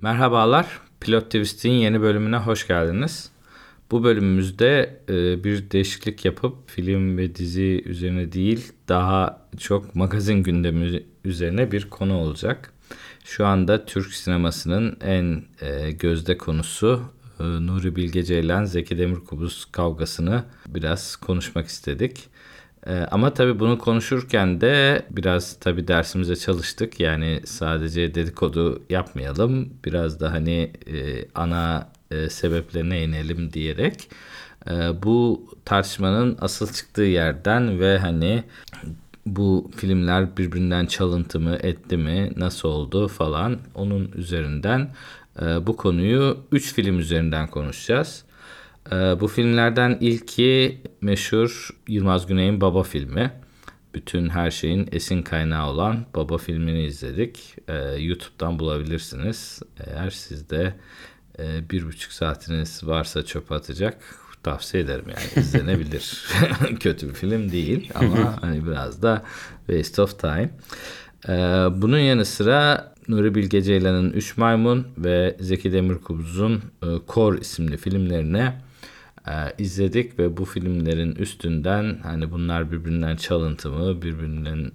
Merhabalar, Pilot Twist'in yeni bölümüne hoş geldiniz. Bu bölümümüzde bir değişiklik yapıp film ve dizi üzerine değil, daha çok magazin gündemi üzerine bir konu olacak. Şu anda Türk sinemasının en gözde konusu Nuri Bilge Ceylan, Zeki Demirkubuz kavgasını biraz konuşmak istedik. Ama tabii bunu konuşurken de biraz tabii dersimize çalıştık. Yani sadece dedikodu yapmayalım. Biraz da hani ana sebeplerine inelim diyerek. Bu tartışmanın asıl çıktığı yerden ve hani bu filmler birbirinden çalıntı mı etti mi nasıl oldu falan onun üzerinden bu konuyu 3 film üzerinden konuşacağız. Bu filmlerden ilki meşhur Yılmaz Güney'in Baba filmi. Bütün her şeyin esin kaynağı olan Baba filmini izledik. YouTube'dan bulabilirsiniz. Eğer sizde 1,5 saatiniz varsa çöpe atacak tavsiye ederim, yani izlenebilir. Kötü bir film değil ama hani biraz da waste of time. Bunun yanı sıra Nuri Bilge Ceylan'ın Üç Maymun ve Zeki Demirkubuz'un Kor isimli filmlerini izledik ve bu filmlerin üstünden hani bunlar birbirinden çalıntı mı, birbirinden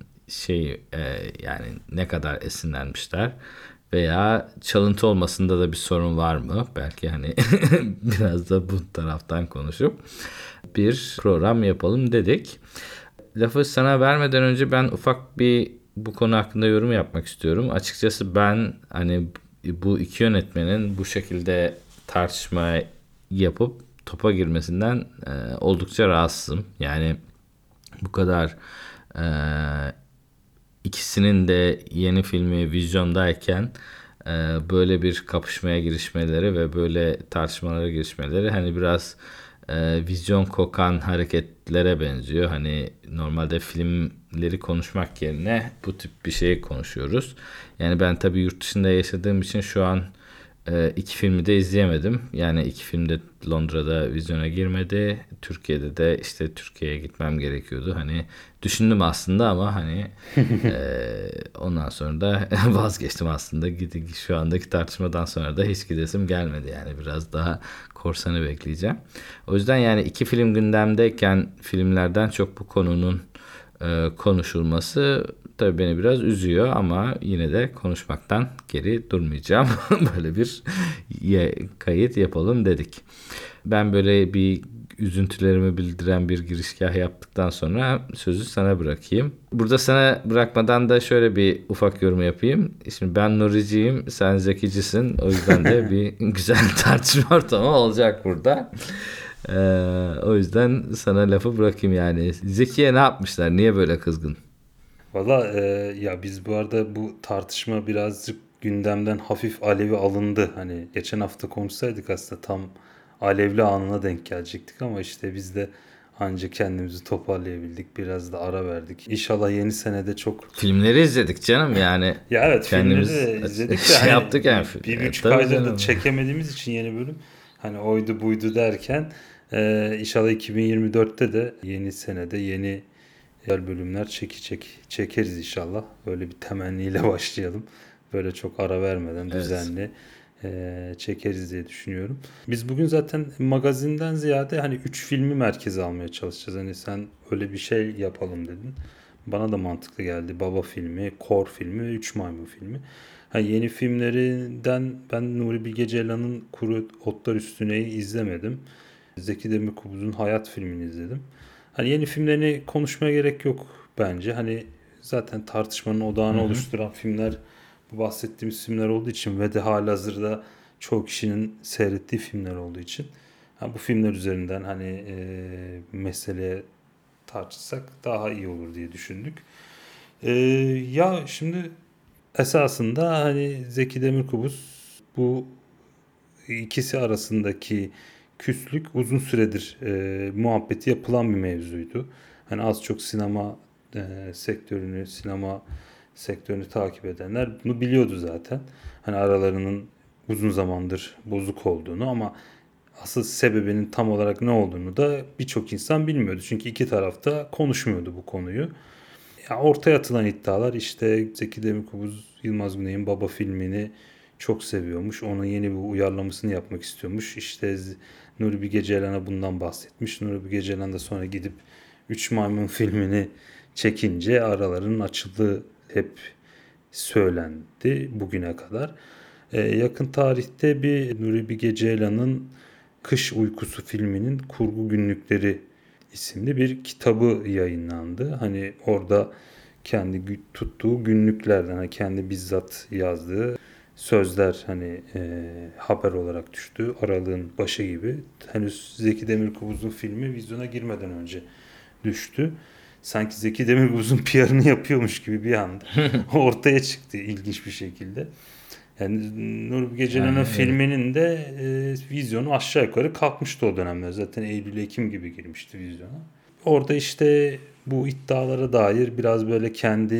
yani ne kadar esinlenmişler veya çalıntı olmasında da bir sorun var mı? Belki hani biraz da bu taraftan konuşup bir program yapalım dedik. Lafı sana vermeden önce ben ufak bir bu konu hakkında yorum yapmak istiyorum. Açıkçası ben hani bu iki yönetmenin bu şekilde tartışma yapıp topa girmesinden oldukça rahatsızım. Yani bu kadar e, ikisinin de yeni filmi vizyondayken böyle bir kapışmaya girişmeleri ve böyle tartışmalara girişmeleri hani biraz vizyon kokan hareketlere benziyor. Hani normalde filmleri konuşmak yerine bu tip bir şey konuşuyoruz. Yani ben tabii yurt dışında yaşadığım için şu an iki filmi de izleyemedim. Yani iki film de Londra'da vizyona girmedi. Türkiye'de de işte Türkiye'ye gitmem gerekiyordu. Hani düşündüm aslında ama hani ondan sonra da vazgeçtim aslında. Şu andaki tartışmadan sonra da hiç gidesim gelmedi. Yani biraz daha korsanı bekleyeceğim. O yüzden yani iki film gündemdeyken filmlerden çok bu konunun konuşulması tabii beni biraz üzüyor ama yine de konuşmaktan geri durmayacağım. Böyle bir kayıt yapalım dedik. Ben böyle bir üzüntülerimi bildiren bir girişgah yaptıktan sonra sözü sana bırakayım. Burada sana bırakmadan da şöyle bir ufak yorum yapayım. Şimdi ben Nuri'ciyim, sen Zekicisin. O yüzden de bir güzel tartışma ortamı olacak burada. O yüzden sana lafı bırakayım yani. Zeki'ye ne yapmışlar? Niye böyle kızgın? Valla ya biz bu arada bu tartışma birazcık gündemden hafif alevi alındı. Hani geçen hafta konuşsaydık aslında tam alevli anına denk gelecektik ama işte biz de anca kendimizi toparlayabildik. Biraz da ara verdik. İnşallah yeni senede çok... Filmleri izledik canım yani. Ya evet, filmleri Kendimiz de izledik de şey hani yaptık yani. bir buçuk Tabii aydır da canım. çekemediğimiz için yeni bölüm. Hani oydu buydu derken inşallah 2024'te de yeni senede yeni güzel bölümler çekeriz inşallah. Böyle bir temenniyle başlayalım. Böyle çok ara vermeden Evet. düzenli çekeriz diye düşünüyorum. Biz bugün zaten magazinden ziyade hani 3 filmi merkeze almaya çalışacağız. Hani sen öyle bir şey yapalım dedin. Bana da mantıklı geldi. Baba filmi, Kor filmi ve Üç Maymun filmi. Ha, yeni filmlerinden ben Nuri Bilge Ceylan'ın Kuru Otlar Üstüne'yi izlemedim. Zeki Demirkubuz'un Hayat filmini izledim. Hani yeni filmlerini konuşmaya gerek yok bence. Hani zaten tartışmanın Hı odağını hı. oluşturan filmler bu bahsettiğimiz filmler olduğu için ve de halihazırda çoğu kişinin seyrettiği filmler olduğu için bu filmler üzerinden hani meseleye tartışsak daha iyi olur diye düşündük. E, Ya şimdi esasında hani Zeki Demirkubuz bu ikisi arasındaki küslük uzun süredir muhabbeti yapılan bir mevzuydu. Hani az çok sinema sektörünü takip edenler bunu biliyordu zaten. Hani aralarının uzun zamandır bozuk olduğunu ama asıl sebebinin tam olarak ne olduğunu da birçok insan bilmiyordu. Çünkü iki taraf da konuşmuyordu bu konuyu. Ya ortaya atılan iddialar işte Zeki Demirkubuz Yılmaz Güney'in Baba filmini çok seviyormuş. Onun yeni bir uyarlamasını yapmak istiyormuş. İşte Nuri Bilge Ceylan'a bundan bahsetmiş. Nuri Bilge Ceylan da sonra gidip Üç Maymun filmini çekince aralarının açıldığı hep söylendi bugüne kadar. Yakın tarihte bir Nuri Bilge Ceylan'ın Kış Uykusu filminin kurgu günlükleri isimli bir kitabı yayınlandı. Hani orada kendi tuttuğu günlüklerden, hani kendi bizzat yazdığı sözler hani haber olarak düştü. Aralığın başı gibi. Henüz Zeki Demirkubuz'un filmi vizyona girmeden önce düştü. Sanki Zeki Demirkubuz'un PR'ını yapıyormuş gibi bir anda ortaya çıktı ilginç bir şekilde. Yani Nuri Bilge Ceylan'ın Yani, filminin de vizyonu aşağı yukarı kalkmıştı o dönemler. Zaten Eylül-Ekim gibi girmişti vizyona. Orada işte bu iddialara dair biraz böyle kendi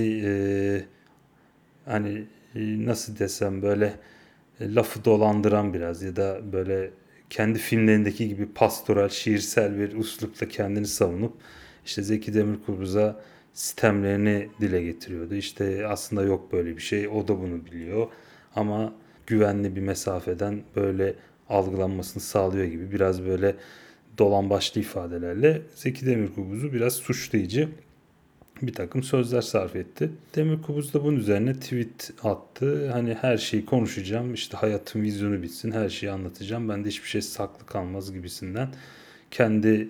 hani nasıl desem böyle lafı dolandıran biraz ya da böyle kendi filmlerindeki gibi pastoral, şiirsel bir üslupla kendini savunup işte Zeki Demirkubuz'a sistemlerini dile getiriyordu. İşte aslında yok böyle bir şey, o da bunu biliyor ama güvenli bir mesafeden böyle algılanmasını sağlıyor gibi biraz böyle dolambaçlı ifadelerle Zeki Demirkubuz'u biraz suçlayıcı bir takım sözler sarf etti. Demirkubuz da bunun üzerine tweet attı. Hani her şeyi konuşacağım, işte hayatın vizyonu bitsin, her şeyi anlatacağım. Bende hiçbir şey saklı kalmaz gibisinden kendi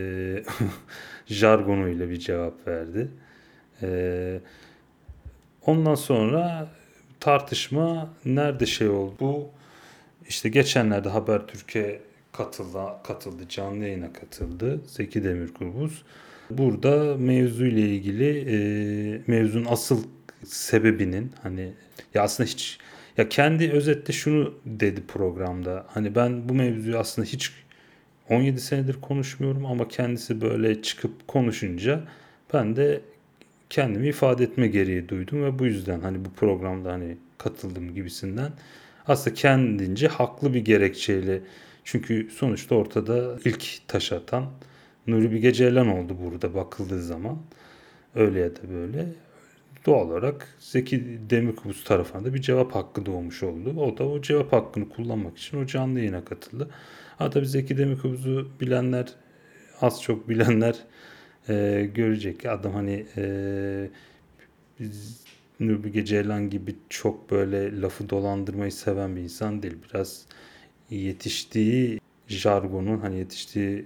jargonuyla bir cevap verdi. E, Ondan sonra tartışma nerede şey oldu? Bu işte geçenlerde Habertürk'e katıldı, canlı yayına katıldı Zeki Demirkubuz. Burada mevzu ile ilgili mevzunun asıl sebebinin hani ya aslında hiç ya kendi özetle şunu dedi programda. Hani ben bu mevzuyu aslında hiç 17 senedir konuşmuyorum ama kendisi böyle çıkıp konuşunca ben de kendimi ifade etme gereği duydum ve bu yüzden hani bu programda hani katıldım gibisinden aslında kendince haklı bir gerekçeyle, çünkü sonuçta ortada ilk taş atan Nuri Bilge Ceylan oldu burada bakıldığı zaman, öyle ya da böyle doğal olarak Zeki Demirkubuz tarafında bir cevap hakkı doğmuş oldu. O da o cevap hakkını kullanmak için o canlı yayına katıldı. Ha tabii Zeki Demirkubuz'u bilenler, az çok bilenler görecek. Adam hani Nuri Bilge Ceylan gibi çok böyle lafı dolandırmayı seven bir insan değil. Biraz yetiştiği jargonun hani yetiştiği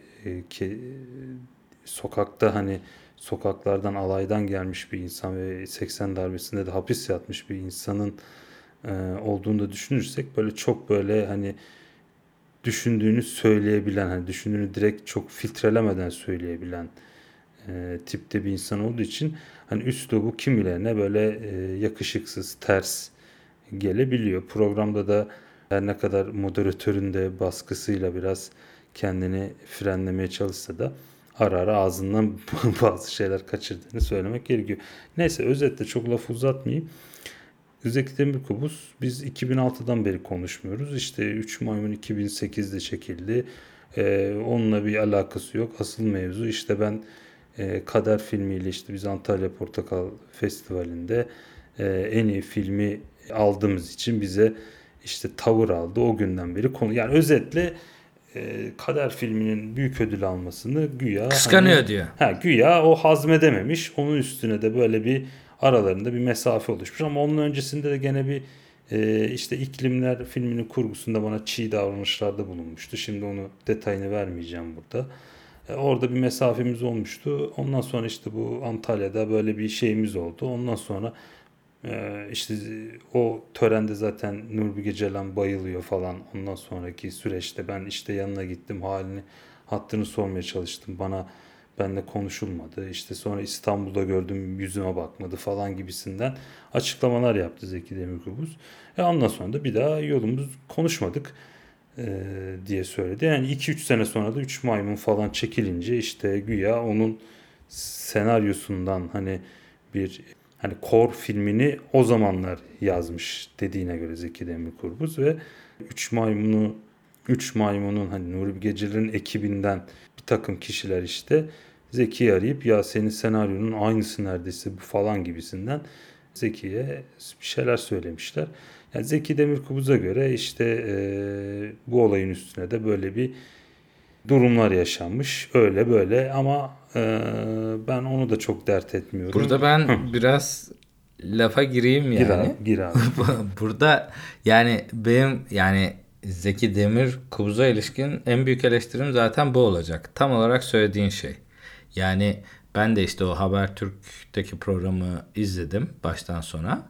sokakta hani sokaklardan alaydan gelmiş bir insan ve 80 darbesinde de hapis yatmış bir insanın olduğunu da düşünürsek böyle çok böyle hani düşündüğünü söyleyebilen, hani düşündüğünü direkt çok filtrelemeden söyleyebilen tipte bir insan olduğu için hani üslubu kimilerine böyle yakışıksız, ters gelebiliyor. Programda da her ne kadar moderatörün de baskısıyla biraz kendini frenlemeye çalışsa da ara ara ağzından bazı şeyler kaçırdığını söylemek gerekiyor. Neyse özetle çok laf uzatmayayım. Zeki Demirkubuz biz 2006'dan beri konuşmuyoruz. İşte 3 Maymun 2008'de çekildi. Onunla bir alakası yok. Asıl mevzu işte ben Kader filmiyle işte biz Antalya Portakal Festivali'nde en iyi filmi aldığımız için bize işte tavır aldı. O günden beri konu. Yani özetle Kader filminin büyük ödül almasını güya kıskanıyor hani, diyor. güya o hazmedememiş. Onun üstüne de böyle bir aralarında bir mesafe oluşmuş ama onun öncesinde de gene bir işte İklimler filminin kurgusunda bana çiğ davranışlarda bulunmuştu. Şimdi onu detayını vermeyeceğim burada. Orada bir mesafemiz olmuştu. Ondan sonra işte bu Antalya'da böyle bir şeyimiz oldu. Ondan sonra işte o törende zaten Nuri Bilge Ceylan bayılıyor falan. Ondan sonraki süreçte ben işte yanına gittim, halini hattını sormaya çalıştım. Benle konuşulmadı. İşte sonra İstanbul'da gördüm, yüzüme bakmadı falan gibisinden açıklamalar yaptı Zeki Demirkubuz. Ondan sonra da bir daha yolumuz konuşmadık diye söyledi. Yani 2-3 sene sonra da 3 Maymun falan çekilince işte güya onun senaryosundan hani bir hani Kor filmini o zamanlar yazmış dediğine göre Zeki Demirkubuz ve 3 Maymun'u 3 Maymun'un hani Nuri Bilge Ceylan'ın ekibinden bir takım kişiler işte Zeki'yi arayıp ya senin senaryonun aynısı neredeyse bu falan gibisinden Zeki'ye bir şeyler söylemişler. Yani Zeki Demirkubuz'a göre işte bu olayın üstüne de böyle bir durumlar yaşanmış. Öyle böyle ama ben onu da çok dert etmiyorum. Burada ben biraz lafa gireyim Gir yani. abi, gir abi. Burada yani benim yani Zeki Demirkubuz'a ilişkin en büyük eleştirim zaten bu olacak. Tam olarak söylediğin şey. Yani ben de işte o Habertürk'teki programı izledim baştan sona.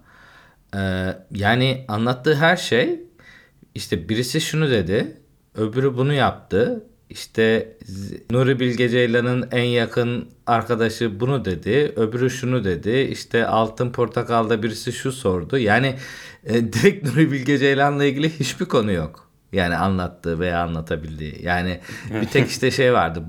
Yani anlattığı her şey işte birisi şunu dedi, öbürü bunu yaptı. İşte Nuri Bilge Ceylan'ın en yakın arkadaşı bunu dedi, öbürü şunu dedi. İşte Altın Portakal'da birisi şu sordu. Yani direkt Nuri Bilge Ceylan'la ilgili hiçbir konu yok. Yani anlattığı veya anlatabildiği. Yani bir tek işte şey vardı.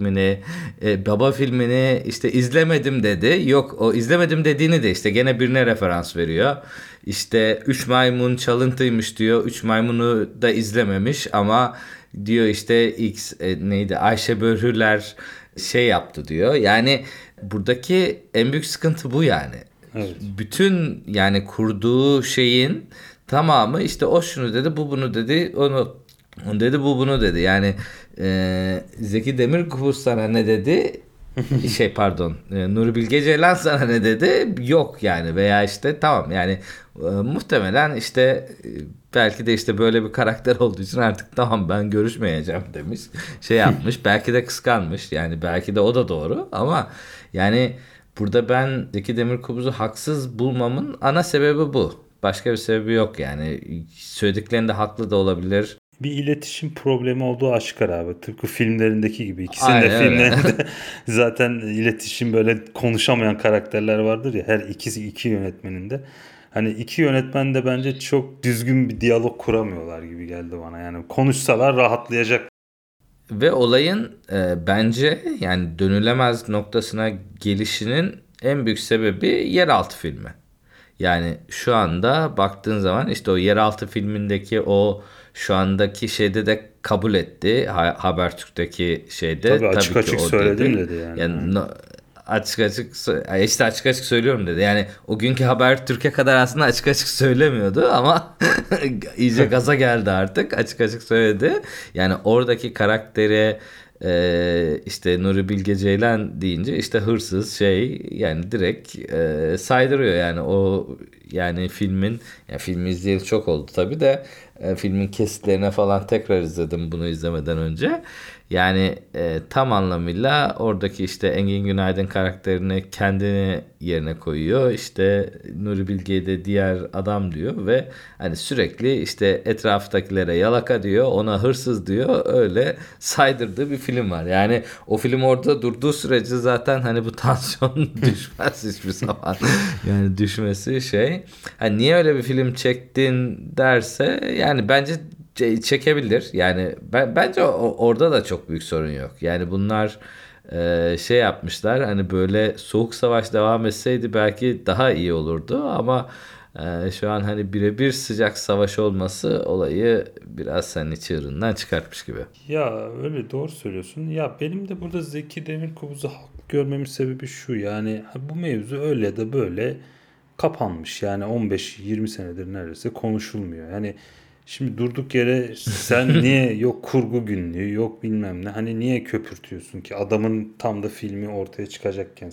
Baba filmini işte izlemedim dedi. Yok, o izlemedim dediğini de işte gene birine referans veriyor. İşte 3 maymun çalıntıymış diyor. 3 maymunu da izlememiş ama diyor işte neydi, Ayşe Börhüler şey yaptı diyor. Yani buradaki en büyük sıkıntı bu yani. Evet. Bütün yani kurduğu şeyin tamamı işte o şunu dedi, bu bunu dedi, onu dedi, bu bunu dedi. Yani Zeki Demirkubuz sana ne dedi? Pardon, Nuri Bilge Ceylan sana ne dedi? Yok yani, veya işte tamam yani muhtemelen işte belki de işte böyle bir karakter olduğu için artık tamam ben görüşmeyeceğim demiş. Şey yapmış, belki de kıskanmış, yani belki de o da doğru ama yani burada ben Zeki Demirkubuz'u haksız bulmamın ana sebebi bu. Başka bir sebebi yok yani. Söylediklerinde haklı da olabilir. Bir iletişim problemi olduğu aşikar abi. Tıpkı filmlerindeki gibi. İkisinin de Aynen öyle. filmlerinde zaten iletişim, böyle konuşamayan karakterler vardır ya, her iki yönetmenin de. Hani iki yönetmen de bence çok düzgün bir diyalog kuramıyorlar gibi geldi bana. Yani konuşsalar rahatlayacak. Ve olayın bence yani dönülemez noktasına gelişinin en büyük sebebi Yeraltı filmi. Yani şu anda baktığın zaman işte o Yeraltı filmindeki o şu andaki şeyde de kabul etti. Habertürk'teki şeyde Tabii açık tabii ki açık o söyledim dedi. dedi yani. Yani açık açık söylüyorum dedi. Yani o günkü Habertürk'e kadar aslında açık açık söylemiyordu ama iyice gaza geldi artık. Açık açık söyledi. Yani oradaki karaktere işte Nuri Bilge Ceylan deyince işte hırsız şey yani direkt saydırıyor yani o yani filmi izleyeli çok oldu tabii de filmin kesitlerine falan tekrar izledim bunu izlemeden önce. Yani tam anlamıyla oradaki işte Engin Günaydın karakterini kendini yerine koyuyor. İşte Nuri Bilge'yi de diğer adam diyor ve hani sürekli işte etraftakilere yalaka diyor, ona hırsız diyor. Öyle saydırdığı bir film var. Yani o film orada durduğu sürece zaten hani bu tansiyon düşmez hiçbir zaman. Yani düşmesi şey. Hani niye öyle bir film çektin derse yani bence çekebilir. Yani bence orada da çok büyük sorun yok. Yani bunlar şey yapmışlar, hani böyle soğuk savaş devam etseydi belki daha iyi olurdu ama şu an hani birebir sıcak savaş olması olayı biraz hani çığırından çıkartmış gibi. Ya öyle, doğru söylüyorsun. Ya benim de burada Zeki Demirkubuz'u haklı görmemin sebebi şu: yani bu mevzu öyle ya da böyle kapanmış. Yani 15-20 senedir neredeyse konuşulmuyor. Yani şimdi durduk yere sen niye yok kurgu günlüğü, yok bilmem ne, hani niye köpürtüyorsun ki adamın tam da filmi ortaya çıkacakken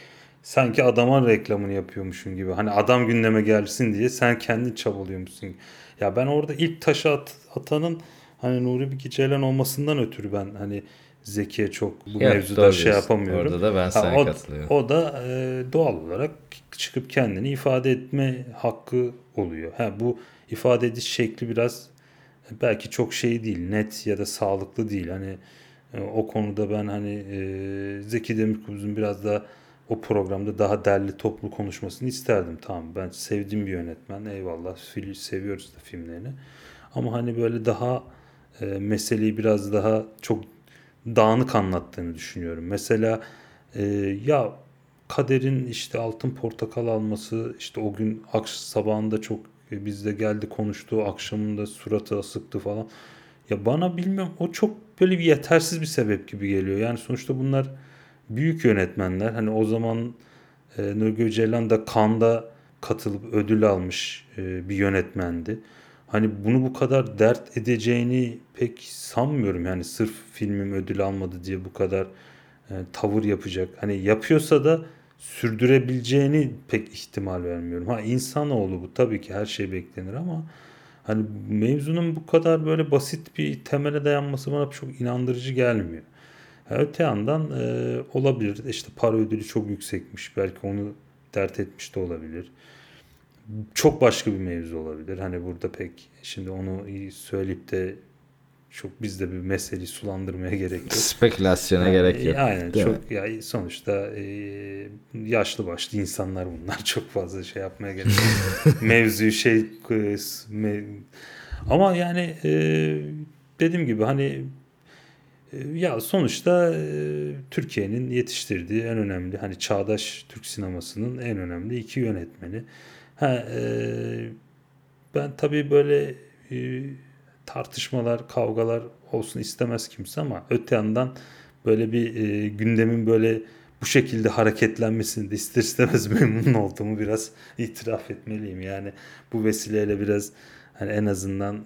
sanki adama reklamını yapıyormuşsun gibi. Hani adam gündeme gelsin diye sen kendin çabalıyormuşsun. Ya ben orada ilk taşı atanın hani Nuri Bilge Ceylan olmasından ötürü ben hani Zeki'ye çok bu Yok, mevzuda doğru şey diyorsun. yapamıyorum. Orada da ben Ha, sana katılıyorum. o da doğal olarak çıkıp kendini ifade etme hakkı oluyor. Ha, bu ifade ediş şekli biraz belki çok şey değil, net ya da sağlıklı değil. Hani o konuda ben hani Zeki Demirkubuz'un biraz da o programda daha derli toplu konuşmasını isterdim. Tamam, ben sevdiğim bir yönetmen, eyvallah, seviyoruz da filmlerini. Ama hani böyle daha meseleyi biraz daha çok dağınık anlattığını düşünüyorum. Mesela e, ya Kader'in işte Altın Portakal alması, işte o gün sabahında çok bizde geldi konuştu, akşamında suratı asıktı falan. Ya bana bilmiyorum, o çok böyle bir yetersiz bir sebep gibi geliyor. Yani sonuçta bunlar büyük yönetmenler. Hani o zaman Nurgül Ceylan da Cannes'da katılıp ödül almış bir yönetmendi. Hani bunu bu kadar dert edeceğini pek sanmıyorum. Yani sırf filmim ödül almadı diye bu kadar tavır yapacak. Hani yapıyorsa da sürdürebileceğini pek ihtimal vermiyorum. Ha, insanoğlu bu, tabii ki her şey beklenir ama hani mevzunun bu kadar böyle basit bir temele dayanması bana çok inandırıcı gelmiyor. Ha, öte yandan olabilir. İşte para ödülü çok yüksekmiş. Belki onu dert etmiş de olabilir. Çok başka bir mevzu olabilir. Hani burada pek şimdi onu söyleyip de çok biz de bir meseleyi sulandırmaya gerek yok. Spekülasyona gerek yok. Aynen, Değil mi? çok ya sonuçta yaşlı başlı insanlar bunlar. Çok fazla şey yapmaya gerek yok. Mevzuyu ama yani dediğim gibi hani ya sonuçta Türkiye'nin yetiştirdiği en önemli, hani çağdaş Türk sinemasının en önemli iki yönetmeni. Ha, ben tabii böyle e, tartışmalar, kavgalar olsun istemez kimse ama öte yandan böyle bir gündemin böyle bu şekilde hareketlenmesini de ister istemez memnun olduğumu biraz itiraf etmeliyim. Yani bu vesileyle biraz hani en azından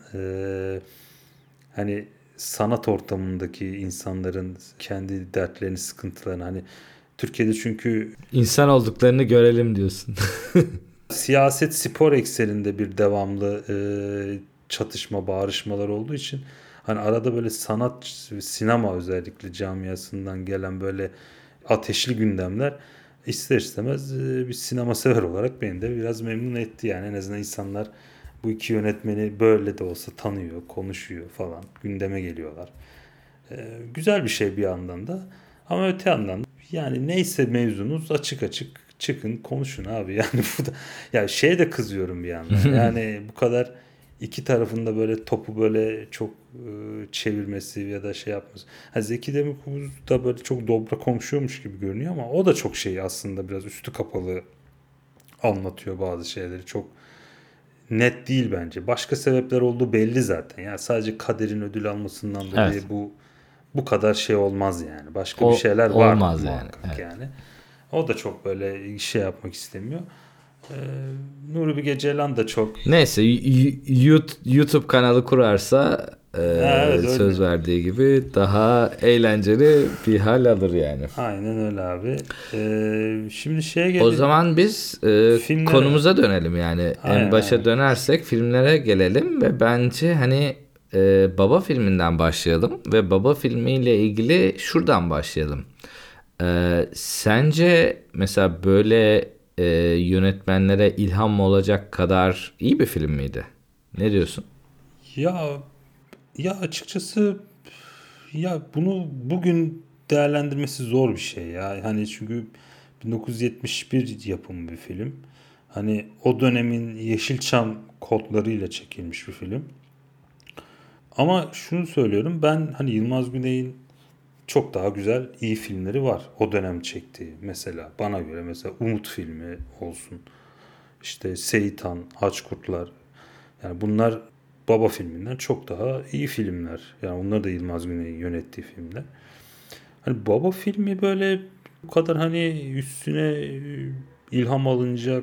hani sanat ortamındaki insanların kendi dertlerini, sıkıntılarını, hani Türkiye'de çünkü İnsan olduklarını görelim diyorsun. siyaset spor ekseninde bir devamlı çatışma, bağrışmalar olduğu için hani arada böyle sanat, sinema özellikle camiasından gelen böyle ateşli gündemler ister istemez bir sinema sever olarak beni de biraz memnun etti. Yani en azından insanlar bu iki yönetmeni böyle de olsa tanıyor, konuşuyor falan, gündeme geliyorlar. Güzel bir şey bir yandan da. Ama öte yandan yani neyse mevzunuz, açık açık çıkın konuşun abi. Yani bu da ya şeye de kızıyorum bir yandan. Yani bu kadar iki tarafında böyle topu böyle çok çevirmesi ya da şey yapması. Ha, Zeki Demirkubuz da böyle çok dobra konuşuyormuş gibi görünüyor ama o da çok şey aslında biraz üstü kapalı anlatıyor bazı şeyleri. Çok net değil bence. Başka sebepler olduğu belli zaten. Yani sadece Kader'in ödül almasından dolayı Evet. bu kadar şey olmaz yani. Başka bir O şeyler var olmaz yani. muhakkak Evet. yani. O da çok böyle şey yapmak istemiyor. Ee, Nuri Bilge Ceylan da çok Neyse YouTube kanalı kurarsa evet öyle. söz verdiği gibi daha eğlenceli bir hal alır yani. Aynen öyle abi. Şimdi şeye O gelin zaman biz filmlere. konumuza dönelim yani en Aynen başa aynen. dönersek filmlere gelelim ve bence hani Baba filminden başlayalım ve Baba filmiyle ilgili şuradan başlayalım. Sence mesela böyle yönetmenlere ilham olacak kadar iyi bir film miydi? Ne diyorsun? Ya açıkçası ya bunu bugün değerlendirmesi zor bir şey ya. Hani çünkü 1971 yapımı bir film. Hani o dönemin Yeşilçam kodlarıyla çekilmiş bir film. Ama şunu söylüyorum, ben hani Yılmaz Güney'in çok daha güzel, iyi filmleri var o dönem çektiği. Mesela bana göre mesela Umut filmi olsun. İşte Seyitan, Haçkurtlar. Yani bunlar Baba filminden çok daha iyi filmler. Yani onlar da Yılmaz Güney'in yönettiği filmler. Hani Baba filmi böyle bu kadar hani üstüne ilham alınacak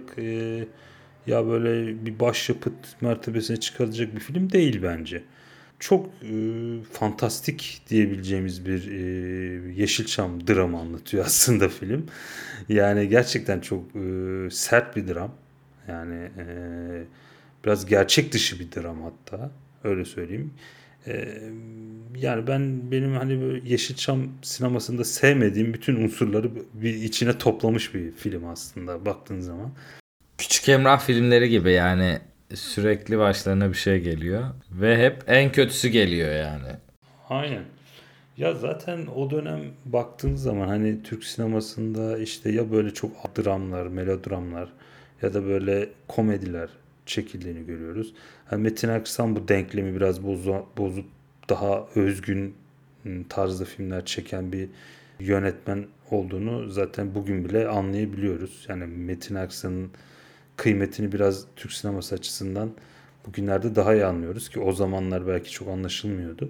ya böyle bir başyapıt mertebesine çıkarılacak bir film değil bence. Çok fantastik diyebileceğimiz bir Yeşilçam dramı anlatıyor aslında film. Yani gerçekten çok sert bir dram. Yani biraz gerçek dışı bir dram hatta. Öyle söyleyeyim. E, Yani benim hani böyle Yeşilçam sinemasında sevmediğim bütün unsurları bir içine toplamış bir film aslında baktığın zaman. Küçük Emrah filmleri gibi yani sürekli başlarına bir şey geliyor ve hep en kötüsü geliyor yani. Aynen. Ya zaten o dönem baktığın zaman hani Türk sinemasında işte ya böyle çok dramlar, melodramlar ya da böyle komediler çekildiğini görüyoruz. Hani Metin Erksan bu denklemi biraz bozup daha özgün tarzda filmler çeken bir yönetmen olduğunu zaten bugün bile anlayabiliyoruz. Yani Metin Erksan'ın kıymetini biraz Türk sineması açısından bugünlerde daha iyi anlıyoruz ki o zamanlar belki çok anlaşılmıyordu.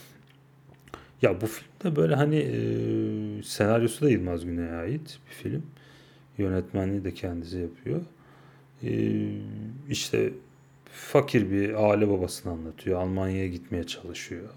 Ya bu film de böyle hani senaryosu da Yılmaz Güney'e ait bir film. Yönetmenliği de kendisi yapıyor. işte fakir bir aile babasını anlatıyor. Almanya'ya gitmeye çalışıyor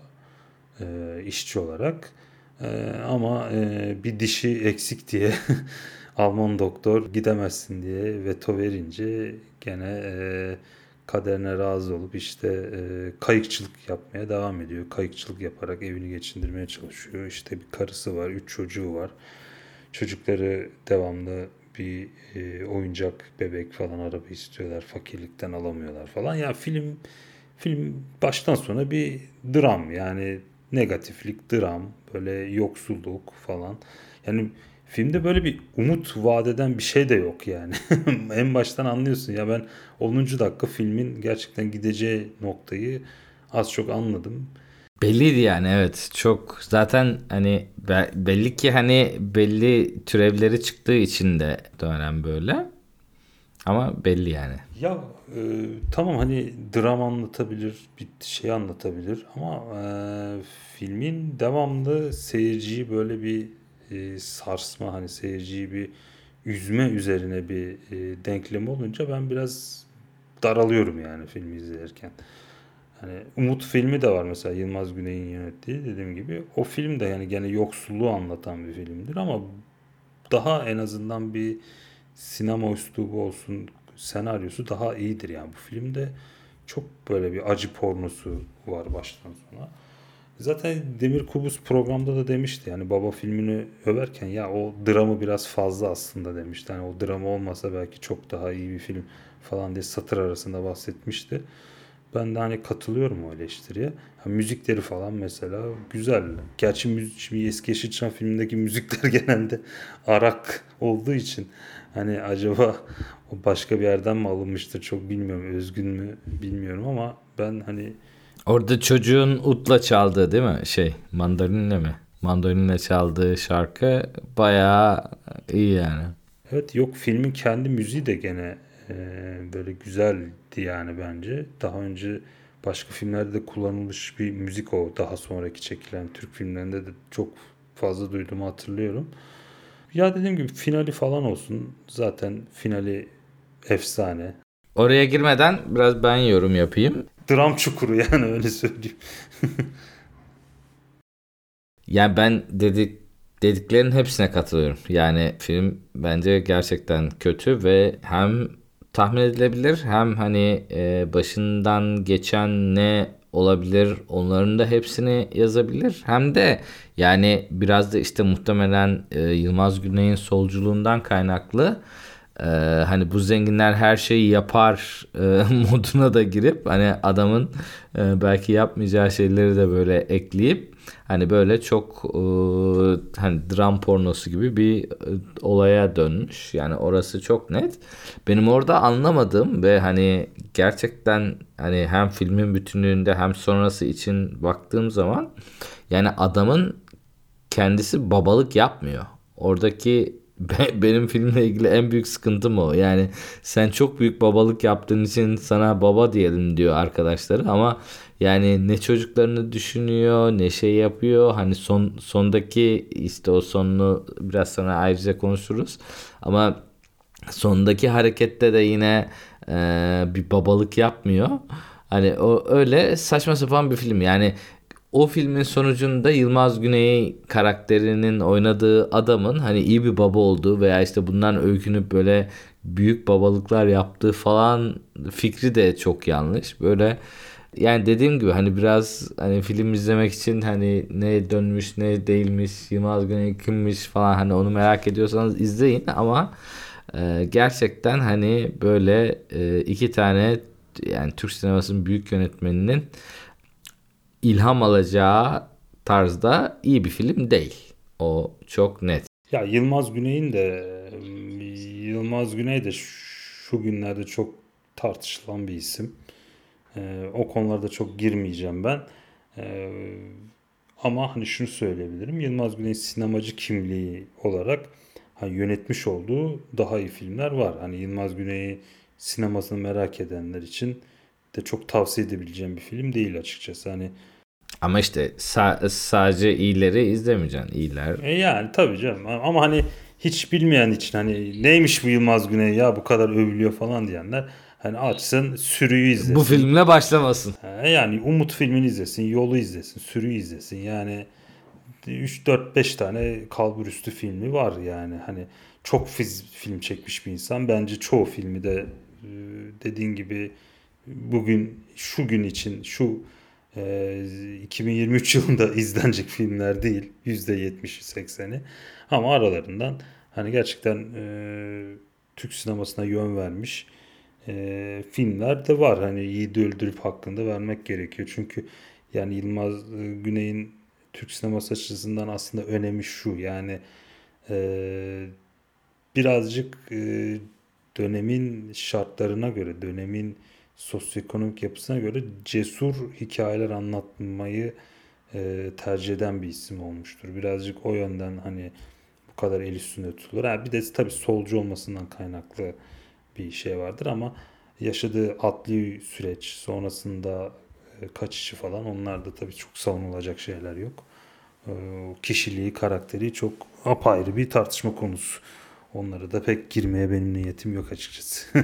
işçi olarak. Ama bir dişi eksik diye Alman doktor gidemezsin diye veto verince gene kaderine razı olup işte kayıkçılık yapmaya devam ediyor. Kayıkçılık yaparak evini geçindirmeye çalışıyor. İşte bir karısı var, 3 çocuğu var. Çocukları devamlı bir oyuncak, bebek falan araba istiyorlar. Fakirlikten alamıyorlar falan. Ya film baştan sona bir dram, yani negatiflik, dram, böyle yoksulluk falan. Yani filmde böyle bir umut vaat eden bir şey de yok yani. En baştan anlıyorsun ya, ben 10. dakika filmin gerçekten gideceği noktayı az çok anladım. Belliydi yani, evet. Çok zaten hani belli ki hani belli türevleri çıktığı için de dönem böyle. Ama belli yani. Ya tamam, hani dram anlatabilir, bir şey anlatabilir ama filmin devamlı seyirciyi böyle bir sarsma, hani seyirciyi bir üzme üzerine bir denklem olunca ben biraz daralıyorum yani filmi izlerken. Hani Umut filmi de var mesela, Yılmaz Güney'in yönettiği, dediğim gibi. O film de yani gene yoksulluğu anlatan bir filmdir ama daha en azından bir sinema üslubu olsun, senaryosu daha iyidir yani. Bu filmde çok böyle bir acı pornosu var baştan sona. Zaten Demir Kubus programda da demişti, yani Baba filmini överken, ya o dramı biraz fazla aslında demişti. Yani o dramı olmasa belki çok daha iyi bir film falan diye satır arasında bahsetmişti. Ben de hani katılıyorum o eleştiriye. Ha, müzikleri falan mesela güzel. Gerçi şimdi eski Yeşilçam filmindeki müzikler genelde arak olduğu için hani acaba o başka bir yerden mi alınmıştır çok bilmiyorum. Özgün mü bilmiyorum ama ben hani Orada çocuğun utla çaldığı, değil mi? Mandolinle mi? Mandolinle çaldığı şarkı bayağı iyi yani. evet, yok, filmin kendi müziği de gene böyle güzeldi yani bence. Daha önce başka filmlerde de kullanılmış bir müzik o. Daha sonraki çekilen Türk filmlerinde de çok fazla duyduğumu hatırlıyorum. Ya dediğim gibi finali falan olsun. Zaten finali efsane. Oraya girmeden biraz ben yorum yapayım. Dram çukuru yani, öyle söyleyeyim. Yani ben dediklerin hepsine katılıyorum. Yani film bence gerçekten kötü ve hem tahmin edilebilir, hem hani başından geçen ne olabilir onların da hepsini yazabilir. Hem de yani biraz da işte muhtemelen Yılmaz Güney'in solculuğundan kaynaklı e, hani bu zenginler her şeyi yapar moduna da girip hani adamın belki yapmayacağı şeyleri de böyle ekleyip hani böyle çok hani dram pornosu gibi bir olaya dönmüş. Yani orası çok net. Benim orada anlamadığım ve hani gerçekten hani hem filmin bütünlüğünde hem sonrası için baktığım zaman yani adamın kendisi babalık yapmıyor. Oradaki benim filmle ilgili en büyük sıkıntım o. Yani sen çok büyük babalık yaptığın için sana baba diyelim diyor arkadaşları ama yani ne çocuklarını düşünüyor, ne şey yapıyor. Hani sondaki işte o sonunu biraz sonra ayrıca konuşuruz. Ama sondaki harekette de yine bir babalık yapmıyor. Hani o öyle saçma sapan bir film. Yani o filmin sonucunda Yılmaz Güney karakterinin oynadığı adamın hani iyi bir baba olduğu veya işte bundan öykünüp böyle büyük babalıklar yaptığı falan fikri de çok yanlış. Böyle yani dediğim gibi hani biraz hani film izlemek için hani ne dönmüş ne değilmiş, Yılmaz Güney kimmiş falan, hani onu merak ediyorsanız izleyin ama gerçekten hani böyle iki tane yani Türk sinemasının büyük yönetmeninin ilham alacağı tarzda iyi bir film değil. O çok net. Ya Yılmaz Güney de şu günlerde çok tartışılan bir isim. O konularda çok girmeyeceğim ben. Ee, Ama hani şunu söyleyebilirim. Yılmaz Güney sinemacı kimliği olarak hani yönetmiş olduğu daha iyi filmler var. Hani Yılmaz Güney'i sinemasını merak edenler için de çok tavsiye edebileceğim bir film değil açıkçası. Hani Ama işte sadece iyileri izlemeyeceksin. İyiler. yani tabii canım, ama hani hiç bilmeyen için hani neymiş bu Yılmaz Güney ya bu kadar övülüyor falan diyenler hani açsın Sürü'yü Bu izlesin. filmle başlamasın. Yani Umut filmini izlesin, Yol'u izlesin, Sürü'yü izlesin. Yani 3-4-5 tane kalburüstü filmi var yani. Hani çok film çekmiş bir insan. Bence çoğu filmi de dediğin gibi bugün şu gün için şu 2023 yılında izlenecek filmler değil. %70'i 80'i. Ama aralarından hani gerçekten Türk sinemasına yön vermiş filmler de var. Hani Yiğidi Öldürüp hakkında vermek gerekiyor. Çünkü yani Yılmaz Güney'in Türk sineması açısından aslında önemi şu. Yani e, birazcık dönemin şartlarına göre, dönemin sosyoekonomik yapısına göre cesur hikayeler anlatmayı tercih eden bir isim olmuştur. Birazcık o yönden hani bu kadar el üstünde tutulur. Ha, bir de tabii solcu olmasından kaynaklı bir şey vardır ama yaşadığı adli süreç sonrasında kaçışı falan onlar da tabii çok savunulacak şeyler yok. Kişiliği, karakteri çok apayrı bir tartışma konusu. Onlara da pek girmeye benim niyetim yok açıkçası.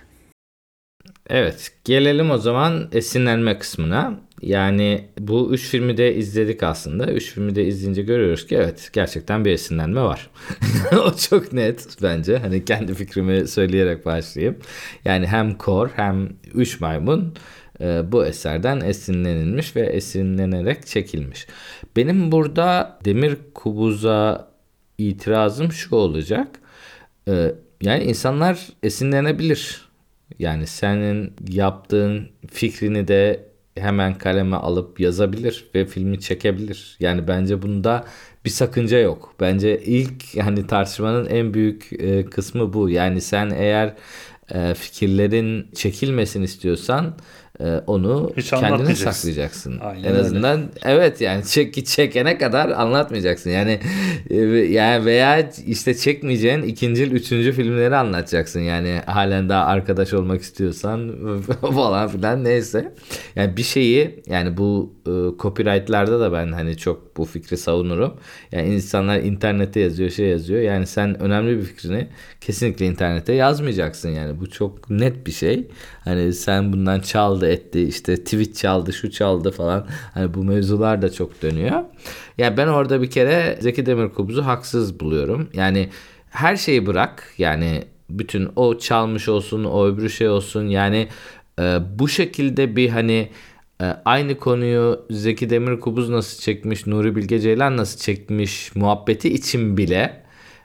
Evet, gelelim o zaman esinlenme kısmına. Yani bu 3 filmi de izledik aslında. 3 filmi de izleyince görüyoruz ki evet gerçekten bir esinlenme var. O çok net bence. Hani kendi fikrimi söyleyerek başlayayım. Yani hem Kor hem Üç Maymun bu eserden esinlenilmiş ve esinlenerek çekilmiş. Benim burada Demir Kubuz'a itirazım şu olacak. Yani insanlar esinlenebilir. Yani senin yaptığın fikrini de hemen kaleme alıp yazabilir ve filmi çekebilir. Yani bence bunda bir sakınca yok. Bence ilk hani tartışmanın en büyük kısmı bu. Yani sen eğer fikirlerin çekilmesini istiyorsan onu Hiç kendine anlatmayacaksın. saklayacaksın. En Aynen öyle. azından evet yani çekene kadar anlatmayacaksın. Yani yani veya işte çekmeyeceğin ikinci, üçüncü filmleri anlatacaksın. Yani halen daha arkadaş olmak istiyorsan falan filan neyse. Yani bir şeyi yani bu copyright'larda da ben hani çok bu fikri savunurum. Yani insanlar internette yazıyor, şey yazıyor. Yani sen önemli bir fikrini kesinlikle internete yazmayacaksın yani. Bu çok net bir şey. Hani sen bundan çaldı etti işte tweet çaldı şu çaldı falan. Hani bu mevzular da çok dönüyor. Yani ben orada bir kere Zeki Demirkubuz'u haksız buluyorum. Yani her şeyi bırak. Yani bütün o çalmış olsun o öbürü şey olsun. Yani bu şekilde bir hani aynı konuyu Zeki Demirkubuz nasıl çekmiş, Nuri Bilge Ceylan nasıl çekmiş muhabbeti için bile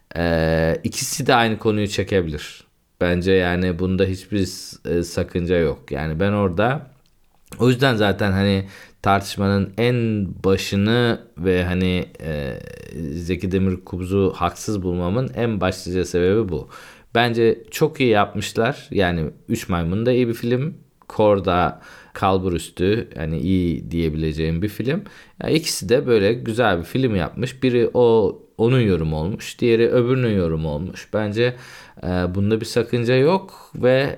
ikisi de aynı konuyu çekebilir. Bence yani bunda hiçbir sakınca yok. Yani ben orada o yüzden zaten hani tartışmanın en başını ve hani Zeki Demirkubuz'u haksız bulmamın en başlıca sebebi bu. Bence çok iyi yapmışlar. Yani Üç Maymun da iyi bir film. Korda kalburüstü yani iyi diyebileceğim bir film. Yani ikisi de böyle güzel bir film yapmış. Biri onun yorumu olmuş, diğeri öbürünün yorumu olmuş. Bence bunda bir sakınca yok ve